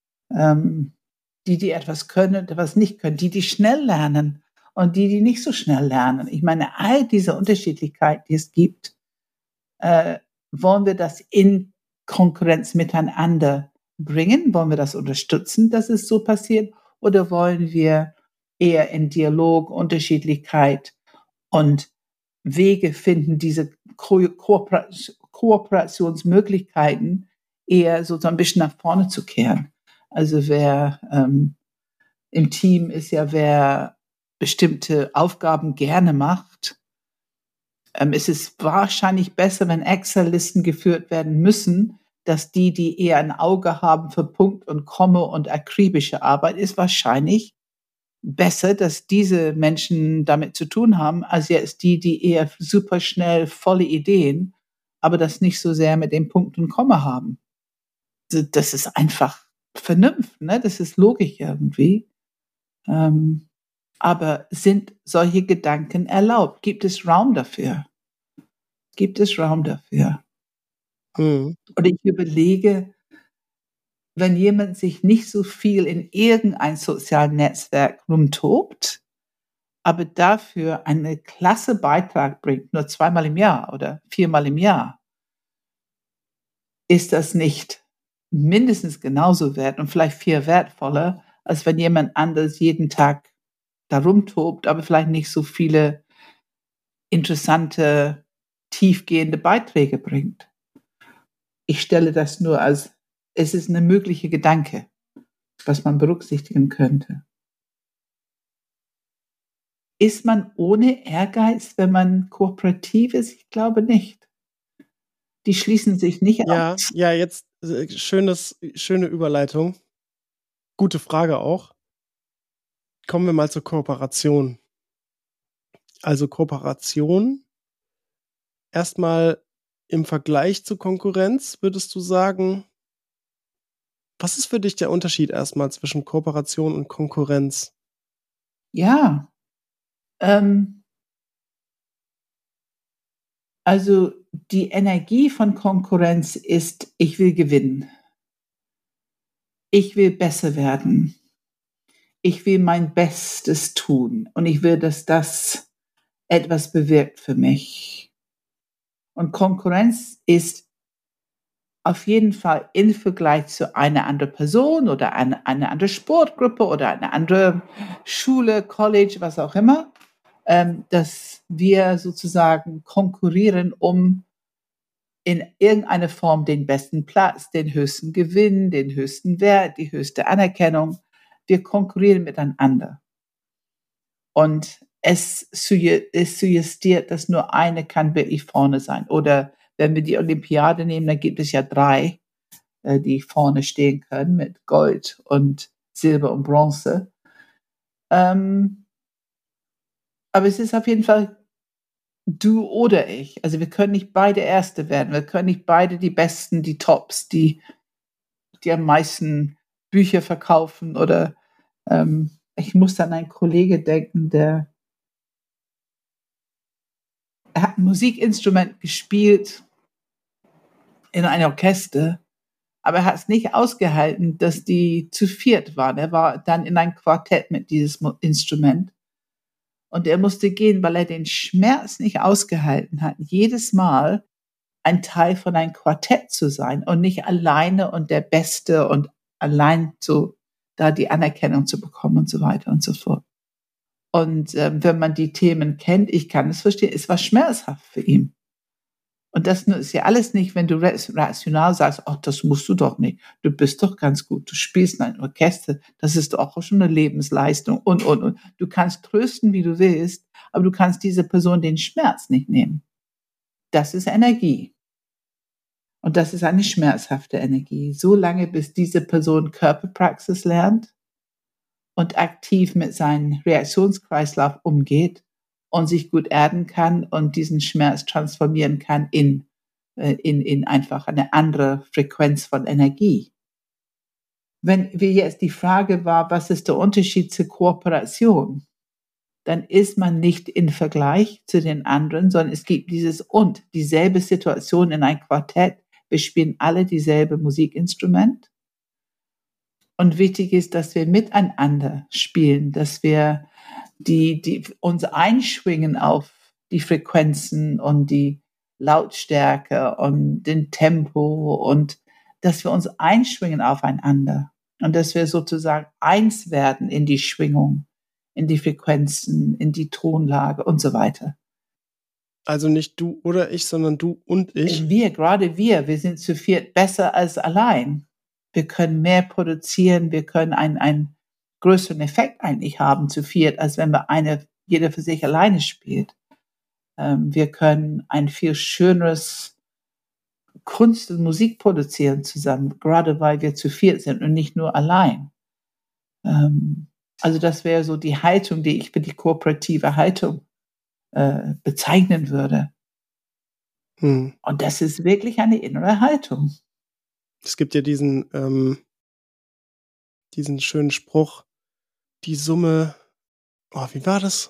[SPEAKER 2] Die etwas können und etwas nicht können, die schnell lernen und die nicht so schnell lernen. Ich meine, all diese Unterschiedlichkeit, die es gibt, wollen wir das in Konkurrenz miteinander bringen? Wollen wir das unterstützen, dass es so passiert? Oder wollen wir eher in Dialog, Unterschiedlichkeit und Wege finden, diese Kooperationsmöglichkeiten eher so ein bisschen nach vorne zu kehren? Also wer im Team ist ja, wer bestimmte Aufgaben gerne macht. Es ist wahrscheinlich besser, wenn Excel-Listen geführt werden müssen, dass die eher ein Auge haben für Punkt und Komma und akribische Arbeit, ist wahrscheinlich besser, dass diese Menschen damit zu tun haben, als jetzt die eher super schnell volle Ideen, aber das nicht so sehr mit dem Punkt und Komma haben. Das ist einfach Vernunft, ne? Das ist Logik irgendwie. Aber sind solche Gedanken erlaubt? Gibt es Raum dafür? Gibt es Raum dafür?
[SPEAKER 1] Mhm.
[SPEAKER 2] Und ich überlege, wenn jemand sich nicht so viel in irgendein sozialen Netzwerk rumtobt, aber dafür einen klasse Beitrag bringt, nur 2-mal im Jahr oder 4-mal im Jahr, ist das nicht mindestens genauso wert und vielleicht viel wertvoller, als wenn jemand anders jeden Tag da rumtobt, aber vielleicht nicht so viele interessante, tiefgehende Beiträge bringt. Ich stelle das nur als, es ist eine mögliche Gedanke, was man berücksichtigen könnte. Ist man ohne Ehrgeiz, wenn man kooperativ ist? Ich glaube nicht. Die schließen sich nicht
[SPEAKER 1] Ja,
[SPEAKER 2] aus.
[SPEAKER 1] ja, jetzt schöne Überleitung. Gute Frage auch. Kommen wir mal zur Kooperation. Also Kooperation erstmal im Vergleich zur Konkurrenz, würdest du sagen, was ist für dich der Unterschied erstmal zwischen Kooperation und Konkurrenz?
[SPEAKER 2] Ja, also die Energie von Konkurrenz ist, ich will gewinnen. Ich will besser werden. Ich will mein Bestes tun und ich will, dass das etwas bewirkt für mich. Und Konkurrenz ist auf jeden Fall im Vergleich zu einer anderen Person oder eine andere Sportgruppe oder eine andere Schule, College, was auch immer, dass wir sozusagen konkurrieren, um in irgendeiner Form den besten Platz, den höchsten Gewinn, den höchsten Wert, die höchste Anerkennung. Wir konkurrieren miteinander. Und es suggestiert, dass nur eine kann wirklich vorne sein. Oder wenn wir die Olympiade nehmen, dann gibt es ja 3, die vorne stehen können mit Gold und Silber und Bronze. Aber es ist auf jeden Fall du oder ich. Also wir können nicht beide Erste werden. Wir können nicht beide die Besten, die Tops, die am meisten Bücher verkaufen. Oder ich muss an einen Kollege denken, er hat ein Musikinstrument gespielt in einem Orchester, aber er hat es nicht ausgehalten, dass die zu viert waren. Er war dann in ein Quartett mit diesem Instrument. Und er musste gehen, weil er den Schmerz nicht ausgehalten hat, jedes Mal ein Teil von einem Quartett zu sein und nicht alleine und der Beste und allein so da die Anerkennung zu bekommen und so weiter und so fort. Und wenn man die Themen kennt, ich kann es verstehen, es war schmerzhaft für ihn. Und das ist ja alles nicht, wenn du rational sagst, ach, das musst du doch nicht. Du bist doch ganz gut. Du spielst in einem Orchester. Das ist doch auch schon eine Lebensleistung und. Du kannst trösten, wie du willst, aber du kannst dieser Person den Schmerz nicht nehmen. Das ist Energie. Und das ist eine schmerzhafte Energie. So lange, bis diese Person Körperpraxis lernt und aktiv mit seinem Reaktionskreislauf umgeht und sich gut erden kann und diesen Schmerz transformieren kann in einfach eine andere Frequenz von Energie. Wenn wir jetzt die Frage war, was ist der Unterschied zur Kooperation, dann ist man nicht in Vergleich zu den anderen, sondern es gibt dieses und, dieselbe Situation in ein Quartett. Wir spielen alle dieselbe Musikinstrument. Und wichtig ist, dass wir miteinander spielen, dass wir uns einschwingen auf die Frequenzen und die Lautstärke und den Tempo und dass wir uns einschwingen aufeinander und dass wir sozusagen eins werden in die Schwingung, in die Frequenzen, in die Tonlage und so weiter.
[SPEAKER 1] Also nicht du oder ich, sondern du und ich.
[SPEAKER 2] Wir sind zu viert besser als allein. Wir können mehr produzieren, wir können ein größeren Effekt eigentlich haben zu viert, als wenn jeder für sich alleine spielt. Wir können ein viel schöneres Kunst und Musik produzieren zusammen, gerade weil wir zu viert sind und nicht nur allein. Also das wäre so die Haltung, die ich für die kooperative Haltung bezeichnen würde. Und das ist wirklich eine innere Haltung.
[SPEAKER 1] Es gibt ja diesen schönen Spruch, die Summe, wie war das?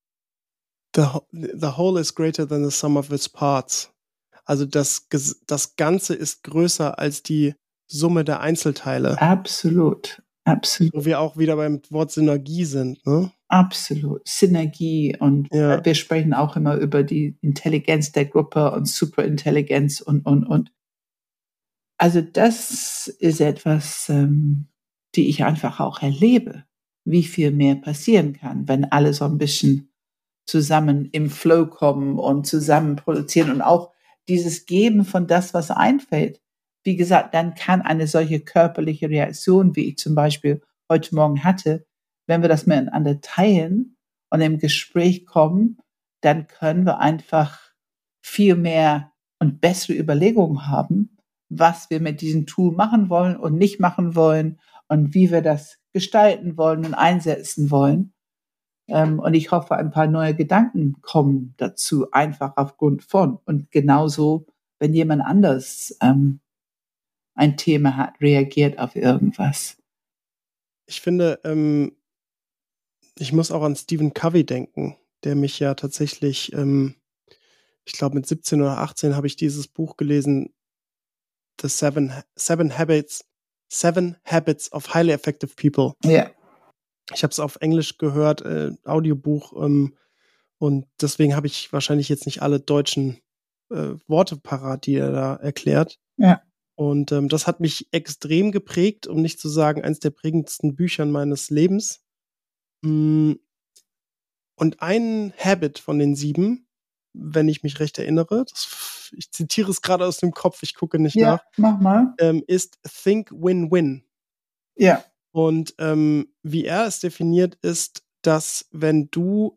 [SPEAKER 1] The whole is greater than the sum of its parts. Also das Ganze ist größer als die Summe der Einzelteile.
[SPEAKER 2] Absolut, absolut.
[SPEAKER 1] Wo wir auch wieder beim Wort Synergie sind, ne?
[SPEAKER 2] Absolut, Synergie. Und wir sprechen auch immer über die Intelligenz der Gruppe und Superintelligenz und. Also das ist etwas, die ich einfach auch erlebe, wie viel mehr passieren kann, wenn alle so ein bisschen zusammen im Flow kommen und zusammen produzieren und auch dieses Geben von das, was einfällt. Wie gesagt, dann kann eine solche körperliche Reaktion, wie ich zum Beispiel heute Morgen hatte, wenn wir das miteinander teilen und im Gespräch kommen, dann können wir einfach viel mehr und bessere Überlegungen haben, was wir mit diesem Tool machen wollen und nicht machen wollen und wie wir das gestalten wollen und einsetzen wollen. Und ich hoffe, ein paar neue Gedanken kommen dazu, einfach aufgrund von. Und genauso, wenn jemand anders ein Thema hat, reagiert auf irgendwas.
[SPEAKER 1] Ich finde, ich muss auch an Stephen Covey denken, der mich ja tatsächlich, ich glaube mit 17 oder 18 habe ich dieses Buch gelesen, The Seven Habits of Highly Effective People.
[SPEAKER 2] Ja.
[SPEAKER 1] Ich habe es auf Englisch gehört, Audiobuch, und deswegen habe ich wahrscheinlich jetzt nicht alle deutschen Worte parat, die er da erklärt.
[SPEAKER 2] Ja.
[SPEAKER 1] Und das hat mich extrem geprägt, um nicht zu sagen, eins der prägendsten Bücher meines Lebens. Und ein Habit von den 7, wenn ich mich recht erinnere, ich zitiere es gerade aus dem Kopf, ich gucke nicht nach,
[SPEAKER 2] mach mal.
[SPEAKER 1] Ist Think Win-Win.
[SPEAKER 2] Ja.
[SPEAKER 1] Und wie er es definiert, ist, dass wenn du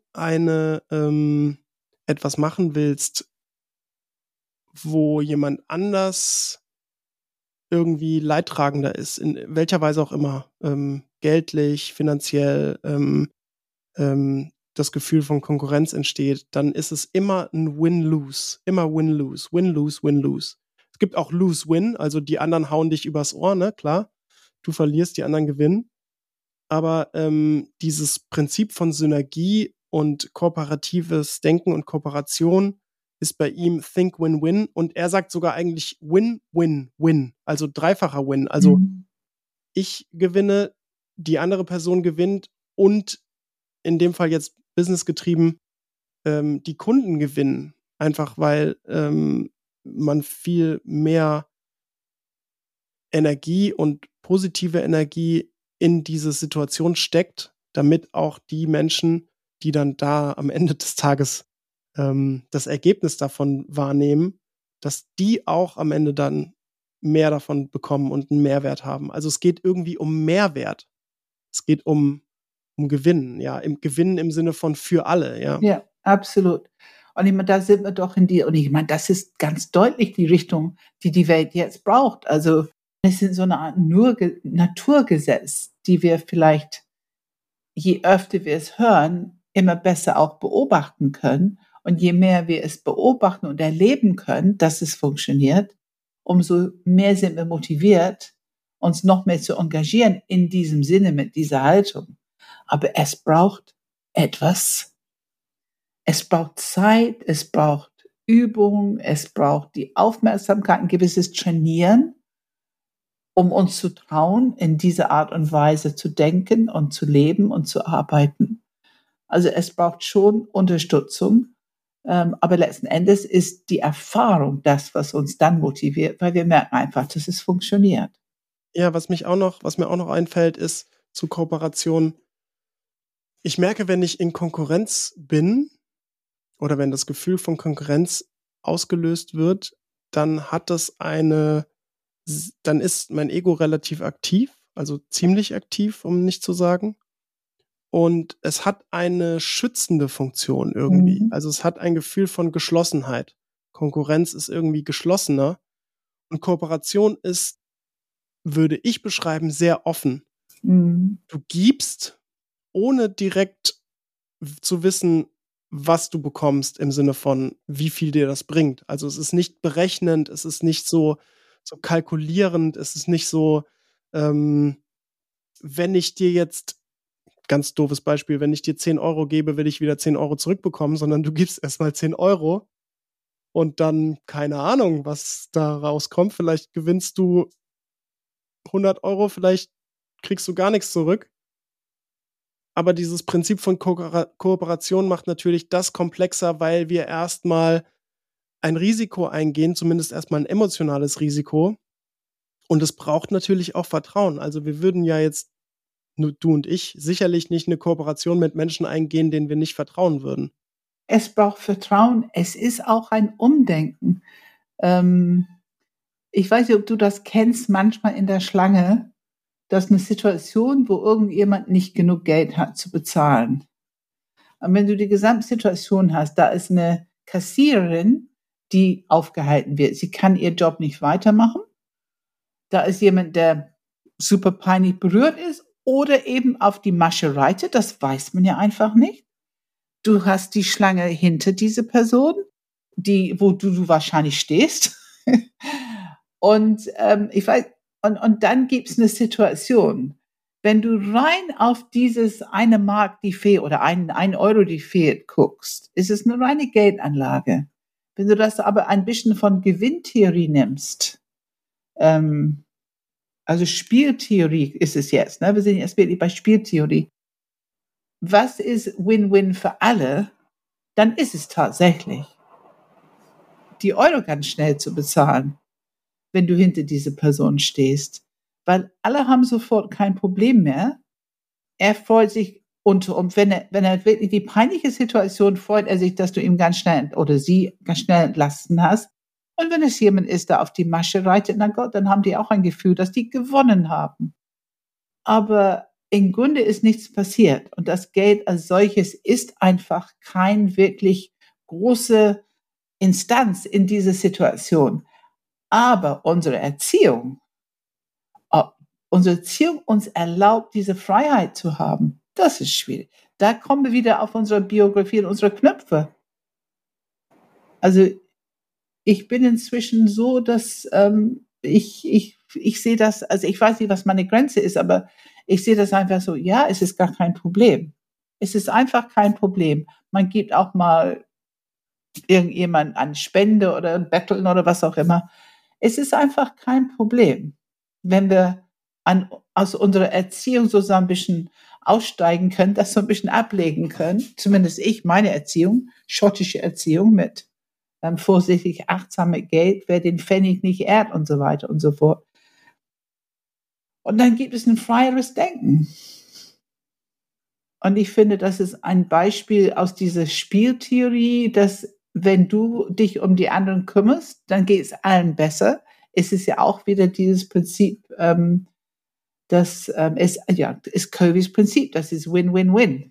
[SPEAKER 1] etwas machen willst, wo jemand anders irgendwie leidtragender ist, in welcher Weise auch immer, geldlich, finanziell, das Gefühl von Konkurrenz entsteht, dann ist es immer ein Win-Lose. Immer Win-Lose. Win-Lose, Win-Lose. Es gibt auch Lose-Win, also die anderen hauen dich übers Ohr, ne, klar. Du verlierst, die anderen gewinnen. Aber dieses Prinzip von Synergie und kooperatives Denken und Kooperation ist bei ihm Think Win-Win. Und er sagt sogar eigentlich Win-Win-Win. Also dreifacher Win. Also ich gewinne, die andere Person gewinnt und in dem Fall jetzt businessgetrieben, die Kunden gewinnen. Einfach weil man viel mehr Energie und positive Energie in diese Situation steckt, damit auch die Menschen, die dann da am Ende des Tages das Ergebnis davon wahrnehmen, dass die auch am Ende dann mehr davon bekommen und einen Mehrwert haben. Also es geht irgendwie um Mehrwert. Es geht um Gewinnen, ja, im Gewinnen im Sinne von für alle, ja.
[SPEAKER 2] Ja, absolut. Und ich meine, da sind wir doch und ich meine, das ist ganz deutlich die Richtung, die die Welt jetzt braucht. Also es sind so eine Art Naturgesetz, die wir vielleicht, je öfter wir es hören, immer besser auch beobachten können. Und je mehr wir es beobachten und erleben können, dass es funktioniert, umso mehr sind wir motiviert, uns noch mehr zu engagieren in diesem Sinne mit dieser Haltung. Aber es braucht etwas. Es braucht Zeit, es braucht Übung, es braucht die Aufmerksamkeit, ein gewisses Trainieren, um uns zu trauen, in dieser Art und Weise zu denken und zu leben und zu arbeiten. Also es braucht schon Unterstützung, aber letzten Endes ist die Erfahrung das, was uns dann motiviert, weil wir merken einfach, dass es funktioniert.
[SPEAKER 1] Ja, was mir auch noch einfällt, ist zu Kooperation. Ich merke, wenn ich in Konkurrenz bin oder wenn das Gefühl von Konkurrenz ausgelöst wird, dann ist mein Ego relativ aktiv, also ziemlich aktiv, um nicht zu sagen. und es hat eine schützende Funktion irgendwie. Also es hat ein Gefühl von Geschlossenheit. Konkurrenz ist irgendwie geschlossener und Kooperation ist, würde ich beschreiben, sehr offen. Du gibst, ohne direkt zu wissen, was du bekommst, im Sinne von, wie viel dir das bringt. Also es ist nicht berechnend, es ist nicht so kalkulierend, es ist nicht so, wenn ich dir jetzt, ganz doofes Beispiel, wenn ich dir 10 Euro gebe, will ich wieder 10 Euro zurückbekommen, sondern du gibst erstmal 10 Euro und dann, keine Ahnung, was da rauskommt. Vielleicht gewinnst du 100 Euro, vielleicht kriegst du gar nichts zurück. Aber dieses Prinzip von Kooperation macht natürlich das komplexer, weil wir erstmal ein Risiko eingehen, zumindest erstmal ein emotionales Risiko. Und es braucht natürlich auch Vertrauen. Also wir würden ja jetzt, nur du und ich, sicherlich nicht eine Kooperation mit Menschen eingehen, denen wir nicht vertrauen würden.
[SPEAKER 2] Es braucht Vertrauen. Es ist auch ein Umdenken. Ich weiß nicht, ob du das kennst, manchmal in der Schlange, dass eine Situation, wo irgendjemand nicht genug Geld hat zu bezahlen. Und wenn du die Gesamtsituation hast, da ist eine Kassiererin, die aufgehalten wird. Sie kann ihr Job nicht weitermachen. Da ist jemand, der super peinlich berührt ist oder eben auf die Masche reitet. Das weiß man ja einfach nicht. Du hast die Schlange hinter diese Person, wo du wahrscheinlich stehst. Und ich weiß, und dann gibt es eine Situation, wenn du rein auf dieses eine Mark, die fehlt, oder ein Euro, die fehlt, guckst, ist es eine reine Geldanlage. Wenn du das aber ein bisschen von Gewinntheorie nimmst, also Spieltheorie ist es jetzt, ne? Wir sind jetzt wirklich bei Spieltheorie. Was ist Win-Win für alle? Dann ist es tatsächlich, die Euro ganz schnell zu bezahlen, wenn du hinter diese Person stehst. Weil alle haben sofort kein Problem mehr. Er freut sich und wenn er wirklich die peinliche Situation freut er sich, dass du ihm ganz schnell oder sie ganz schnell entlasten hast. Und wenn es jemand ist, der auf die Masche reitet, na Gott, dann haben die auch ein Gefühl, dass die gewonnen haben. Aber im Grunde ist nichts passiert. Und das Geld als solches ist einfach kein wirklich große Instanz in dieser Situation. Aber unsere Erziehung uns erlaubt, diese Freiheit zu haben. Das ist schwierig. Da kommen wir wieder auf unsere Biografie und unsere Knöpfe. Also ich bin inzwischen so, dass ich sehe das, also ich weiß nicht, was meine Grenze ist, aber ich sehe das einfach so, ja, es ist gar kein Problem. Es ist einfach kein Problem. Man gibt auch mal irgendjemand an Spende oder Betteln oder was auch immer. Es ist einfach kein Problem, wenn wir aus unserer Erziehung so ein bisschen aussteigen können, das so ein bisschen ablegen können. Zumindest ich, meine Erziehung, schottische Erziehung mit vorsichtig, achtsam mit Geld, wer den Pfennig nicht ehrt und so weiter und so fort. Und dann gibt es ein freieres Denken. Und ich finde, das ist ein Beispiel aus dieser Spieltheorie, dass wenn du dich um die anderen kümmerst, dann geht es allen besser. Es ist ja auch wieder dieses Prinzip, das ist Covey's Prinzip, das ist Win-Win-Win.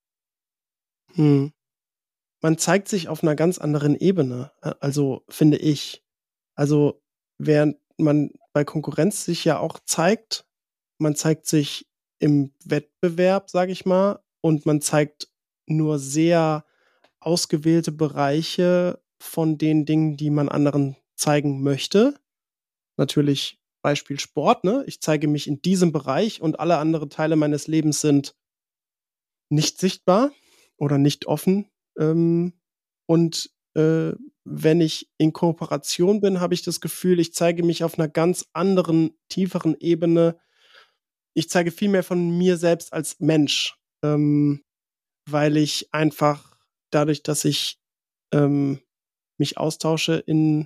[SPEAKER 1] Man zeigt sich auf einer ganz anderen Ebene, also finde ich. Also während man bei Konkurrenz sich ja auch zeigt, man zeigt sich im Wettbewerb, sage ich mal, und man zeigt nur sehr ausgewählte Bereiche von den Dingen, die man anderen zeigen möchte. Natürlich Beispiel Sport, ne? Ich zeige mich in diesem Bereich und alle anderen Teile meines Lebens sind nicht sichtbar oder nicht offen. Und wenn ich in Kooperation bin, habe ich das Gefühl, ich zeige mich auf einer ganz anderen, tieferen Ebene. Ich zeige viel mehr von mir selbst als Mensch, weil ich einfach dadurch, dass ich mich austausche im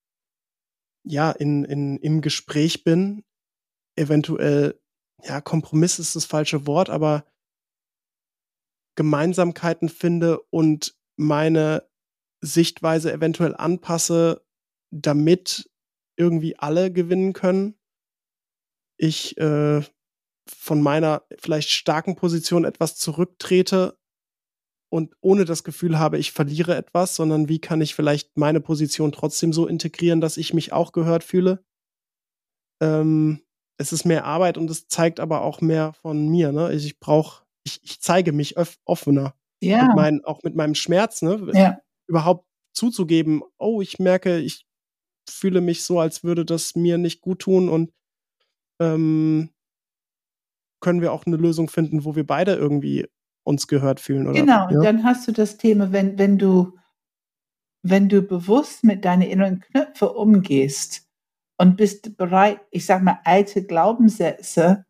[SPEAKER 1] Gespräch bin, eventuell, ja, Kompromiss ist das falsche Wort, aber Gemeinsamkeiten finde und meine Sichtweise eventuell anpasse, damit irgendwie alle gewinnen können. Ich von meiner vielleicht starken Position etwas zurücktrete und ohne das Gefühl habe, ich verliere etwas, sondern wie kann ich vielleicht meine Position trotzdem so integrieren, dass ich mich auch gehört fühle? Es ist mehr Arbeit und es zeigt aber auch mehr von mir, ne? Ich zeige mich offener
[SPEAKER 2] Ja,
[SPEAKER 1] auch mit meinem Schmerz, ne?
[SPEAKER 2] ja.
[SPEAKER 1] Überhaupt zuzugeben: „Oh, ich merke, ich fühle mich so, als würde das mir nicht gut tun und, ähm, können wir auch 'ne Lösung finden, wo wir beide irgendwie uns gehört fühlen", oder
[SPEAKER 2] Genau, und
[SPEAKER 1] ja?
[SPEAKER 2] dann hast du das Thema, wenn du bewusst mit deinen inneren Knöpfe umgehst und bist bereit, ich sage mal, alte Glaubenssätze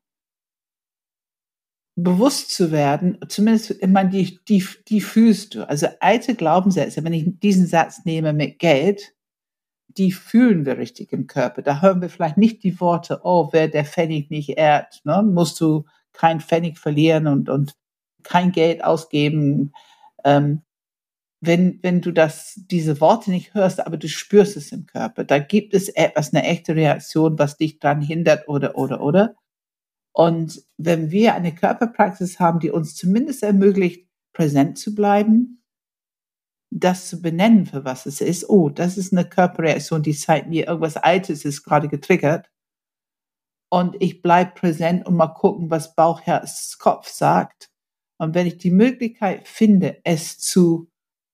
[SPEAKER 2] bewusst zu werden, zumindest, ich meine, die fühlst du. Also alte Glaubenssätze, wenn ich diesen Satz nehme mit Geld, die fühlen wir richtig im Körper. Da hören wir vielleicht nicht die Worte: „Oh, wer der Pfennig nicht ehrt, ne, musst du keinen Pfennig verlieren und kein Geld ausgeben." Ähm, wenn du diese Worte nicht hörst, aber du spürst es im Körper, da gibt es etwas, eine echte Reaktion, was dich dran hindert oder. Und wenn wir eine Körperpraxis haben, die uns zumindest ermöglicht, präsent zu bleiben, das zu benennen, für was es ist. Oh, das ist eine Körperreaktion, die zeigt mir, irgendwas Altes ist gerade getriggert. Und ich bleibe präsent und mal gucken, was Bauch, Herz, Kopf sagt. Und wenn ich die Möglichkeit finde, es zu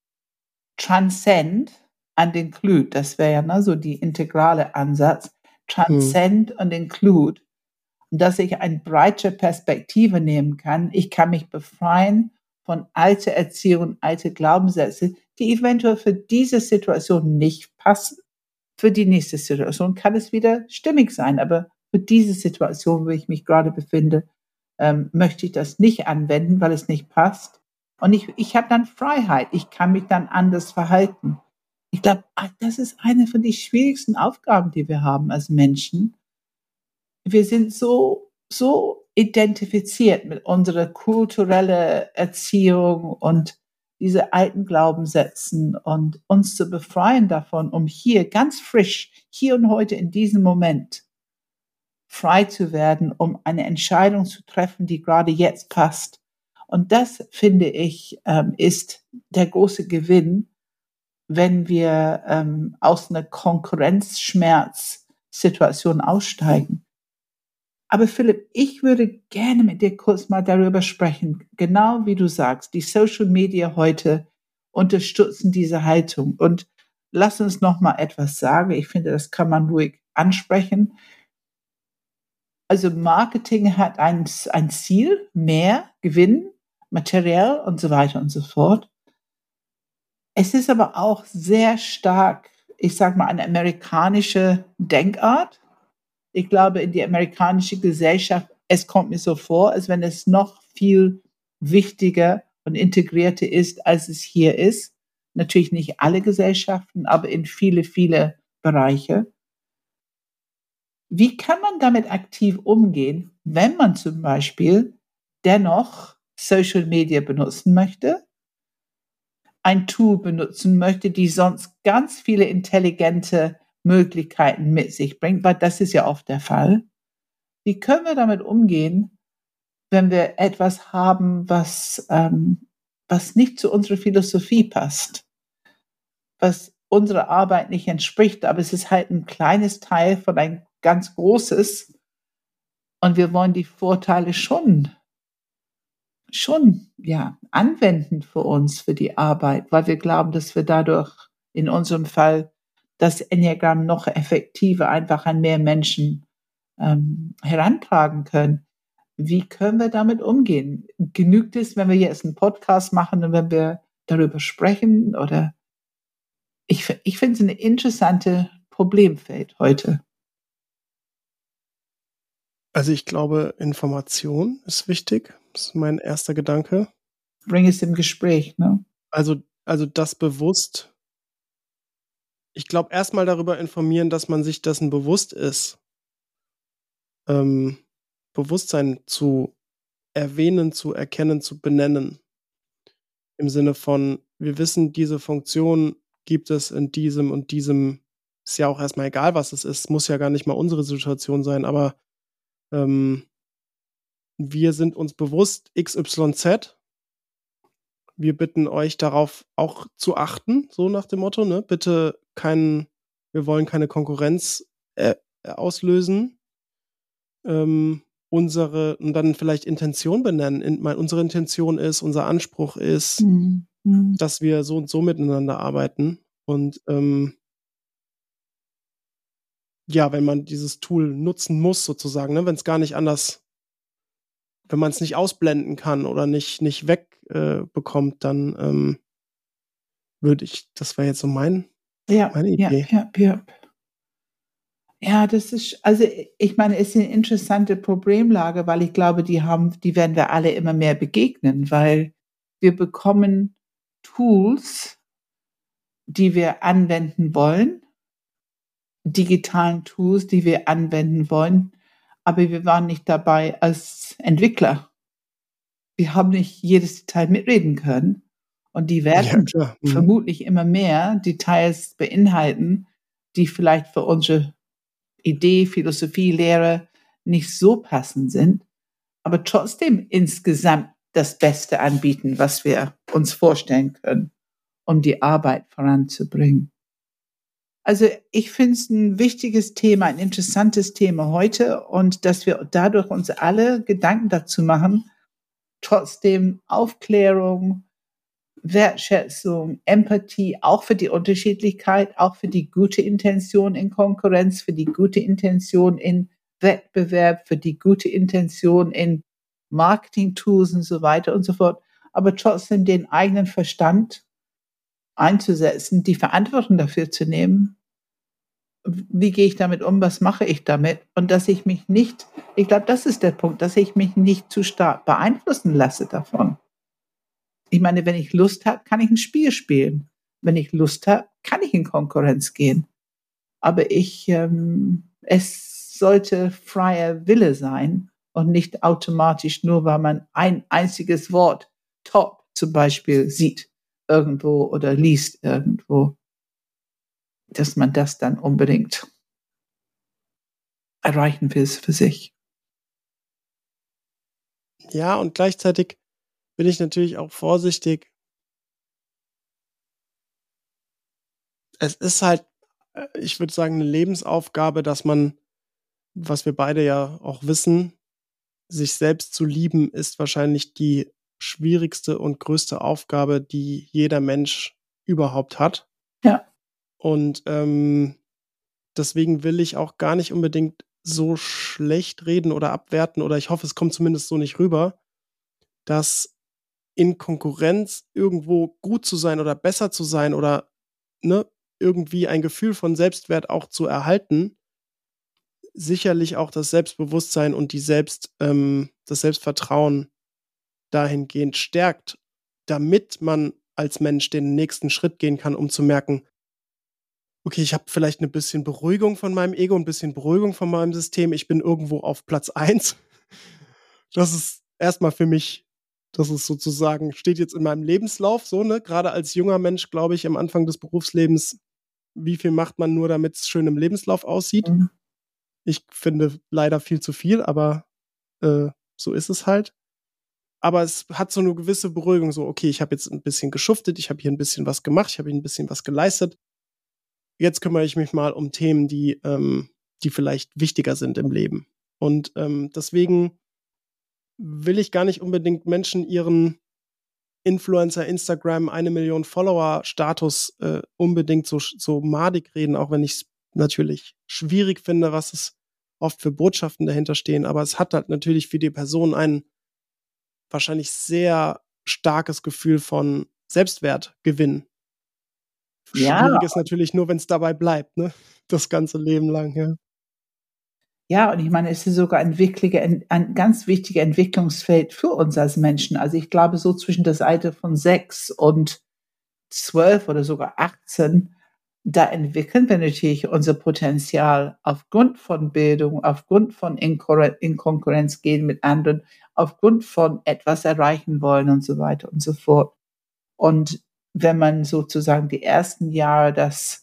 [SPEAKER 2] transcend and include, das wäre ja, ne, so die integrale Ansatz,
[SPEAKER 1] Mhm.
[SPEAKER 2] transcend and include, dass ich eine breite Perspektive nehmen kann. Ich kann mich befreien von alter Erziehung, alte Glaubenssätze, die eventuell für diese Situation nicht passen. Für die nächste Situation kann es wieder stimmig sein, aber für diese Situation, wo ich mich gerade befinde, möchte ich das nicht anwenden, weil es nicht passt. Und ich habe dann Freiheit. Ich kann mich dann anders verhalten. Ich glaube, das ist eine von den schwierigsten Aufgaben, die wir haben als Menschen. Wir sind so identifiziert mit unserer kulturellen Erziehung und diese alten Glaubenssätzen und uns zu befreien davon, um hier ganz frisch, hier und heute in diesem Moment frei zu werden, um eine Entscheidung zu treffen, die gerade jetzt passt. Und das, finde ich, ist der große Gewinn, wenn wir aus einer Konkurrenzschmerzsituation aussteigen. Aber Philipp, ich würde gerne mit dir kurz mal darüber sprechen, genau wie du sagst, die Social Media heute unterstützen diese Haltung. Und lass uns noch mal etwas sagen. Ich finde, das kann man ruhig ansprechen. Also Marketing hat ein Ziel, mehr Gewinn, materiell und so weiter und so fort. Es ist aber auch sehr stark, ich sage mal, eine amerikanische Denkart. Ich glaube, in die amerikanische Gesellschaft, es kommt mir so vor, als wenn es noch viel wichtiger und integrierter ist, als es hier ist. Natürlich nicht alle Gesellschaften, aber in viele Bereiche. Wie kann man damit aktiv umgehen, wenn man zum Beispiel dennoch Social Media benutzen möchte, ein Tool benutzen möchte, die sonst ganz viele intelligente Möglichkeiten mit sich bringt, weil das ist ja oft der Fall. Wie können wir damit umgehen, wenn wir etwas haben, was nicht zu unserer Philosophie passt, was unserer Arbeit nicht entspricht, aber es ist halt ein kleines Teil von ein ganz großes und wir wollen die Vorteile schon, ja, anwenden für uns, für die Arbeit, weil wir glauben, dass wir dadurch in unserem Fall das Enneagramm noch effektiver einfach an mehr Menschen herantragen können. Wie können wir damit umgehen? Genügt es, wenn wir jetzt einen Podcast machen und wenn wir darüber sprechen? Oder ich finde es ein interessantes Problemfeld heute.
[SPEAKER 1] Also, ich glaube, Information ist wichtig. Das ist mein erster Gedanke.
[SPEAKER 2] Bring es im Gespräch, ne?
[SPEAKER 1] Also, das bewusst ich glaube, erst mal darüber informieren, dass man sich dessen bewusst ist. Ähm, Bewusstsein zu erwähnen, zu erkennen, zu benennen. Im Sinne von: „Wir wissen, diese Funktion gibt es in diesem und diesem", ist ja auch erst mal egal, was es ist, muss ja gar nicht mal unsere Situation sein, aber, ähm wir sind uns bewusst XYZ. Wir bitten euch darauf auch zu achten, so nach dem Motto, ne? Bitte wir wollen keine Konkurrenz auslösen. Und dann vielleicht Intention benennen. Unsere Intention ist, unser Anspruch ist, dass wir so und so miteinander arbeiten. Und ja, wenn man dieses Tool nutzen muss, sozusagen, ne? Wenn es gar nicht anders, wenn man es nicht ausblenden kann oder nicht wegbekommt, dann das wäre jetzt so meine Idee.
[SPEAKER 2] Ja. Ja, das ist, also ich meine, es ist eine interessante Problemlage, weil ich glaube, die werden wir alle immer mehr begegnen, weil wir bekommen Tools, die wir anwenden wollen, digitalen Tools, die wir anwenden wollen, aber wir waren nicht dabei als Entwickler. Wir haben nicht jedes Detail mitreden können und die werden vermutlich immer mehr Details beinhalten, die vielleicht für unsere Idee, Philosophie, Lehre nicht so passend sind, aber trotzdem insgesamt das Beste anbieten, was wir uns vorstellen können, um die Arbeit voranzubringen. Also ich finde es ein wichtiges Thema, ein interessantes Thema heute und dass wir dadurch uns alle Gedanken dazu machen, trotzdem Aufklärung, Wertschätzung, Empathie, auch für die Unterschiedlichkeit, auch für die gute Intention in Konkurrenz, für die gute Intention in Wettbewerb, für die gute Intention in Marketing-Tools und so weiter und so fort, aber trotzdem den eigenen Verstand einzusetzen, die Verantwortung dafür zu nehmen. Wie gehe ich damit um? Was mache ich damit? Und dass ich mich nicht, ich glaube, das ist der Punkt, dass ich mich nicht zu stark beeinflussen lasse davon. Ich meine, wenn ich Lust habe, kann ich ein Spiel spielen. Wenn ich Lust habe, kann ich in Konkurrenz gehen. Aber es sollte freier Wille sein und nicht automatisch nur, weil man ein einziges Wort, top zum Beispiel, sieht irgendwo oder liest irgendwo, dass man das dann unbedingt erreichen will für sich.
[SPEAKER 1] Ja, und gleichzeitig bin ich natürlich auch vorsichtig. Es ist halt, ich würde sagen, eine Lebensaufgabe, dass man, was wir beide ja auch wissen, sich selbst zu lieben, ist wahrscheinlich die schwierigste und größte Aufgabe, die jeder Mensch überhaupt hat.
[SPEAKER 2] Ja.
[SPEAKER 1] Und deswegen will ich auch gar nicht unbedingt so schlecht reden oder abwerten, oder ich hoffe, es kommt zumindest so nicht rüber, dass in Konkurrenz irgendwo gut zu sein oder besser zu sein oder ne, irgendwie ein Gefühl von Selbstwert auch zu erhalten, sicherlich auch das Selbstbewusstsein und das Selbstvertrauen dahingehend stärkt, damit man als Mensch den nächsten Schritt gehen kann, um zu merken, okay, ich habe vielleicht ein bisschen Beruhigung von meinem Ego, ein bisschen Beruhigung von meinem System. Ich bin irgendwo auf Platz 1. Das ist erstmal für mich, das ist sozusagen, steht jetzt in meinem Lebenslauf so, ne? Gerade als junger Mensch, glaube ich, am Anfang des Berufslebens, wie viel macht man nur, damit es schön im Lebenslauf aussieht?
[SPEAKER 2] Mhm.
[SPEAKER 1] Ich finde leider viel zu viel, aber so ist es halt. Aber es hat so eine gewisse Beruhigung, so, okay, ich habe jetzt ein bisschen geschuftet, ich habe hier ein bisschen was gemacht, ich habe hier ein bisschen was geleistet. Jetzt kümmere ich mich mal um Themen, die vielleicht wichtiger sind im Leben. Und deswegen will ich gar nicht unbedingt Menschen ihren Influencer, Instagram, 1 Million Follower-Status unbedingt so madig reden, auch wenn ich es natürlich schwierig finde, was es oft für Botschaften dahinter stehen. Aber es hat halt natürlich für die Person ein wahrscheinlich sehr starkes Gefühl von Selbstwertgewinn.
[SPEAKER 2] Ja.
[SPEAKER 1] Schwierig ist natürlich nur, wenn es dabei bleibt, ne? Das ganze Leben lang, ja.
[SPEAKER 2] Ja, und ich meine, es ist sogar ein ganz wichtiger Entwicklungsfeld für uns als Menschen. Also ich glaube, so zwischen das Alter von 6 und 12 oder sogar 18, da entwickeln wir natürlich unser Potenzial aufgrund von Bildung, aufgrund von in Konkurrenz gehen mit anderen, aufgrund von etwas erreichen wollen und so weiter und so fort. Und wenn man sozusagen die ersten Jahre das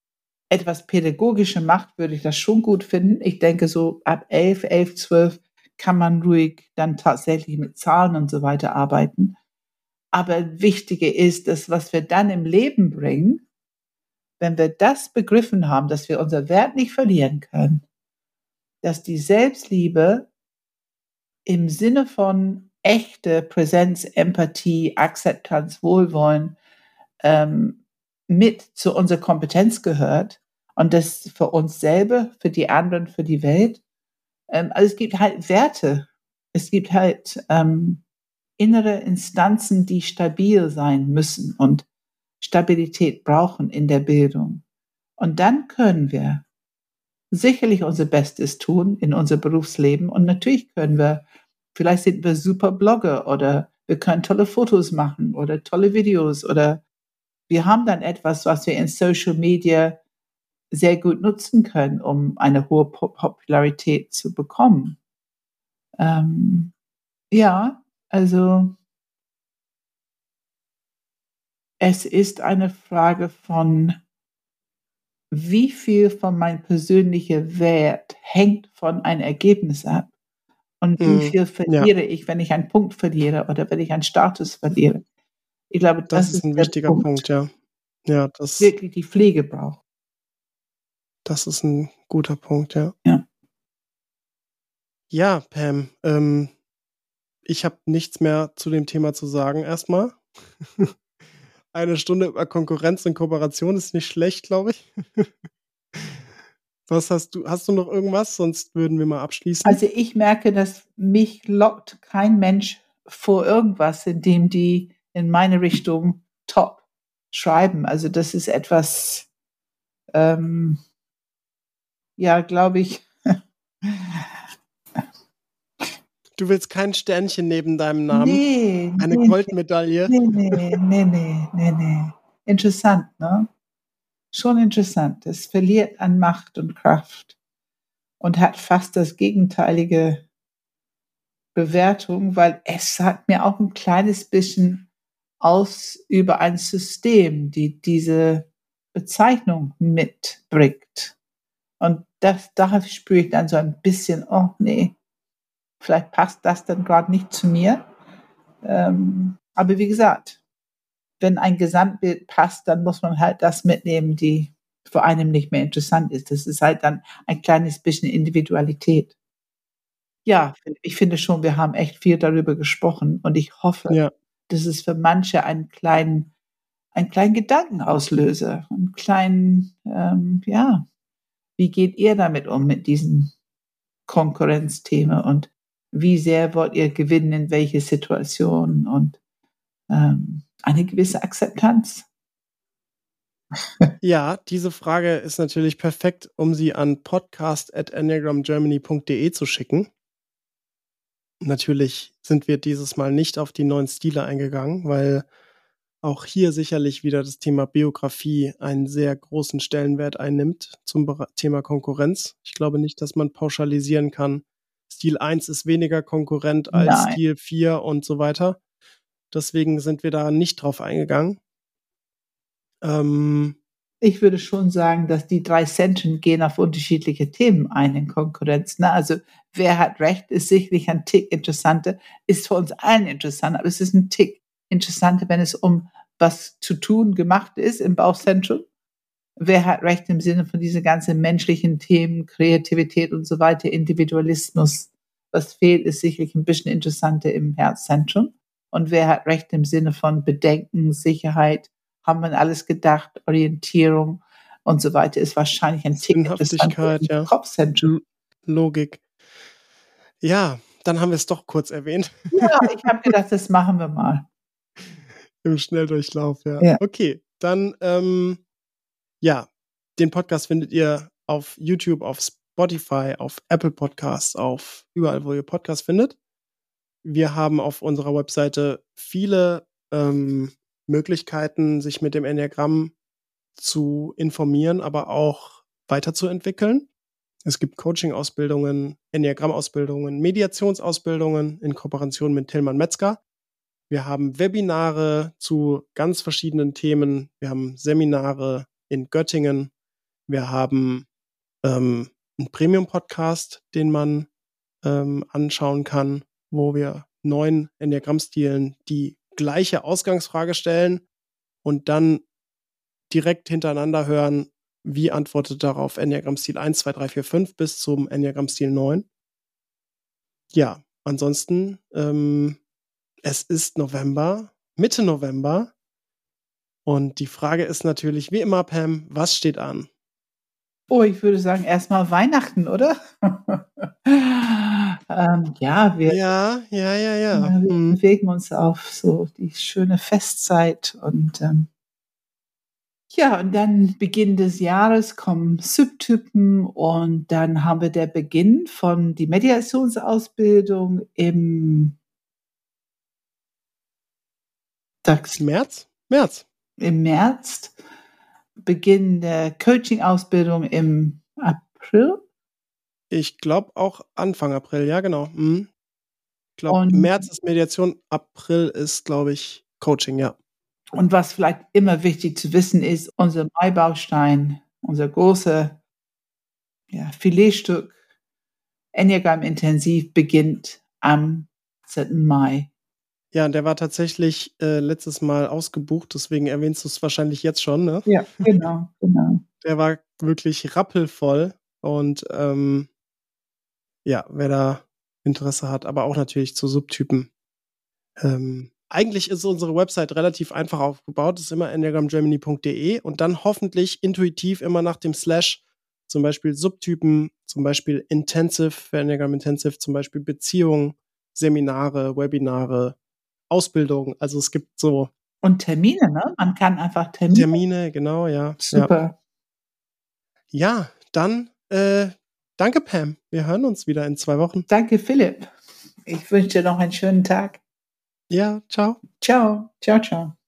[SPEAKER 2] etwas pädagogischer macht, würde ich das schon gut finden. Ich denke, so ab 11, 12 kann man ruhig dann tatsächlich mit Zahlen und so weiter arbeiten. Aber wichtiger ist, dass was wir dann im Leben bringen, wenn wir das begriffen haben, dass wir unser Wert nicht verlieren können, dass die Selbstliebe im Sinne von echte Präsenz, Empathie, Akzeptanz, Wohlwollen mit zu unserer Kompetenz gehört und das für uns selber, für die anderen, für die Welt. Also es gibt halt Werte, es gibt halt innere Instanzen, die stabil sein müssen und Stabilität brauchen in der Bildung. Und dann können wir sicherlich unser Bestes tun in unser Berufsleben. Und natürlich können wir, vielleicht sind wir super Blogger oder wir können tolle Fotos machen oder tolle Videos oder wir haben dann etwas, was wir in Social Media sehr gut nutzen können, um eine hohe Popularität zu bekommen. Ja, also es ist eine Frage von, wie viel von meinem persönlichen Wert hängt von einem Ergebnis ab und wie viel
[SPEAKER 1] Ja,
[SPEAKER 2] verliere ich, wenn ich einen Punkt verliere oder wenn ich einen Status verliere. Ich glaube,
[SPEAKER 1] das
[SPEAKER 2] das
[SPEAKER 1] ist
[SPEAKER 2] ist
[SPEAKER 1] ein
[SPEAKER 2] der
[SPEAKER 1] wichtiger Punkt,
[SPEAKER 2] Punkt,
[SPEAKER 1] ja. Ja, das
[SPEAKER 2] wirklich die Pflege braucht.
[SPEAKER 1] ist ein guter Punkt, ja.
[SPEAKER 2] Ja.
[SPEAKER 1] Ja, Pam, ich habe nichts mehr zu dem Thema zu sagen erstmal. Eine Stunde über Konkurrenz und Kooperation ist nicht schlecht, glaube ich. Was hast du noch irgendwas? Sonst würden wir mal abschließen.
[SPEAKER 2] Also ich merke, dass mich lockt kein Mensch vor irgendwas, in dem die in meine Richtung top schreiben. Also das ist etwas, ja, glaube ich.
[SPEAKER 1] Du willst kein Sternchen neben deinem Namen?
[SPEAKER 2] Nee,
[SPEAKER 1] Eine
[SPEAKER 2] nee,
[SPEAKER 1] Goldmedaille?
[SPEAKER 2] nee, nee, nee, nee, nee, nee. Interessant, ne? Schon interessant. Es verliert an Macht und Kraft und hat fast das gegenteilige Bewertung, weil es sagt mir auch ein kleines bisschen aus über ein System, die diese Bezeichnung mitbringt. Und da spüre ich dann so ein bisschen, oh nee, vielleicht passt das dann gerade nicht zu mir. Aber wie gesagt, wenn ein Gesamtbild passt, dann muss man halt das mitnehmen, die für einen nicht mehr interessant ist. Das ist halt dann ein kleines bisschen Individualität. Ja, ich finde schon, wir haben echt viel darüber gesprochen und ich hoffe,
[SPEAKER 1] Ja.
[SPEAKER 2] dass es für manche einen kleinen Gedankenauslöser, einen kleinen, ja, wie geht ihr damit um mit diesem Konkurrenzthema und wie sehr wollt ihr gewinnen in welche Situation und eine gewisse Akzeptanz?
[SPEAKER 1] Ja, diese Frage ist natürlich perfekt, um sie an podcast@enneagramgermany.de zu schicken. Natürlich sind wir dieses Mal nicht auf die neuen Stile eingegangen, weil auch hier sicherlich wieder das Thema Biografie einen sehr großen Stellenwert einnimmt zum Thema Konkurrenz. Ich glaube nicht, dass man pauschalisieren kann, Stil 1 ist weniger Konkurrent als
[SPEAKER 2] Nein.
[SPEAKER 1] Stil 4 und so weiter. Deswegen sind wir da nicht drauf eingegangen.
[SPEAKER 2] Ich würde schon sagen, dass die 3 Zentren gehen auf unterschiedliche Themen ein in Konkurrenz. Ne? Also wer hat recht, ist sicherlich ein Tick interessanter, ist für uns allen interessant, aber es ist ein Tick interessanter, wenn es um was zu tun gemacht ist im Bauchzentrum. Wer hat recht im Sinne von diesen ganzen menschlichen Themen, Kreativität und so weiter, Individualismus. Was fehlt, ist sicherlich ein bisschen interessanter im Herzzentrum. Und wer hat recht im Sinne von Bedenken, Sicherheit, haben wir an alles gedacht, Orientierung und so weiter, ist wahrscheinlich ein Tick interessanter
[SPEAKER 1] Sinnhaftigkeit,
[SPEAKER 2] im
[SPEAKER 1] ja.
[SPEAKER 2] Kopfzentrum.
[SPEAKER 1] Logik. Ja, dann haben wir es doch kurz erwähnt.
[SPEAKER 2] Ja, ich habe gedacht, das machen wir mal.
[SPEAKER 1] Im Schnelldurchlauf, ja.
[SPEAKER 2] Ja.
[SPEAKER 1] Okay, dann, ja, den Podcast findet ihr auf YouTube, auf Spotify, auf Apple Podcasts, auf überall, wo ihr Podcasts findet. Wir haben auf unserer Webseite viele Möglichkeiten, sich mit dem Enneagramm zu informieren, aber auch weiterzuentwickeln. Es gibt Coaching-Ausbildungen, Enneagramm-Ausbildungen, Mediationsausbildungen in Kooperation mit Tillmann Metzger. Wir haben Webinare zu ganz verschiedenen Themen. Wir haben Seminare in Göttingen. Wir haben einen Premium-Podcast, den man anschauen kann, wo wir 9 Enneagramm-Stilen die gleiche Ausgangsfrage stellen und dann direkt hintereinander hören, wie antwortet darauf Enneagramm-Stil 1, 2, 3, 4, 5 bis zum Enneagramm-Stil 9. Ja, ansonsten, es ist November, Mitte November. Und die Frage ist natürlich, wie immer, Pam, was steht an?
[SPEAKER 2] Oh, ich würde sagen, erstmal Weihnachten, oder? Ja, wir
[SPEAKER 1] Ja.
[SPEAKER 2] wir bewegen uns auf so die schöne Festzeit und, ja, und dann Beginn des Jahres kommen Subtypen und dann haben wir der Beginn von die Mediationsausbildung im Dax
[SPEAKER 1] März? März.
[SPEAKER 2] im März, Beginn der Coaching-Ausbildung im April
[SPEAKER 1] Ich glaube auch Anfang April, ja genau. Ich glaube,
[SPEAKER 2] und
[SPEAKER 1] März ist Mediation, April ist, glaube ich, Coaching, ja.
[SPEAKER 2] Und was vielleicht immer wichtig zu wissen ist, unser Maibaustein, unser großer, ja, Filetstück Enneagramm Intensiv beginnt am 17. Mai.
[SPEAKER 1] Ja, und der war tatsächlich letztes Mal ausgebucht, deswegen erwähnst du es wahrscheinlich jetzt schon, ne?
[SPEAKER 2] Ja, genau.
[SPEAKER 1] Der war wirklich rappelvoll und ja, wer da Interesse hat, aber auch natürlich zu Subtypen. Eigentlich ist unsere Website relativ einfach aufgebaut, ist immer enneagramgermany.de und dann hoffentlich intuitiv immer nach dem Slash, zum Beispiel Subtypen, zum Beispiel Intensive, für Enneagram Intensive, zum Beispiel Beziehungen, Seminare, Webinare, Ausbildung. Also es gibt so
[SPEAKER 2] Und Termine, ne? Man kann einfach
[SPEAKER 1] Termine, genau, ja.
[SPEAKER 2] Super.
[SPEAKER 1] Ja, dann danke, Pam. Wir hören uns wieder in 2 Wochen.
[SPEAKER 2] Danke, Philipp. Ich wünsche dir noch einen schönen Tag.
[SPEAKER 1] Ja, ciao.
[SPEAKER 2] Ciao. Ciao, ciao.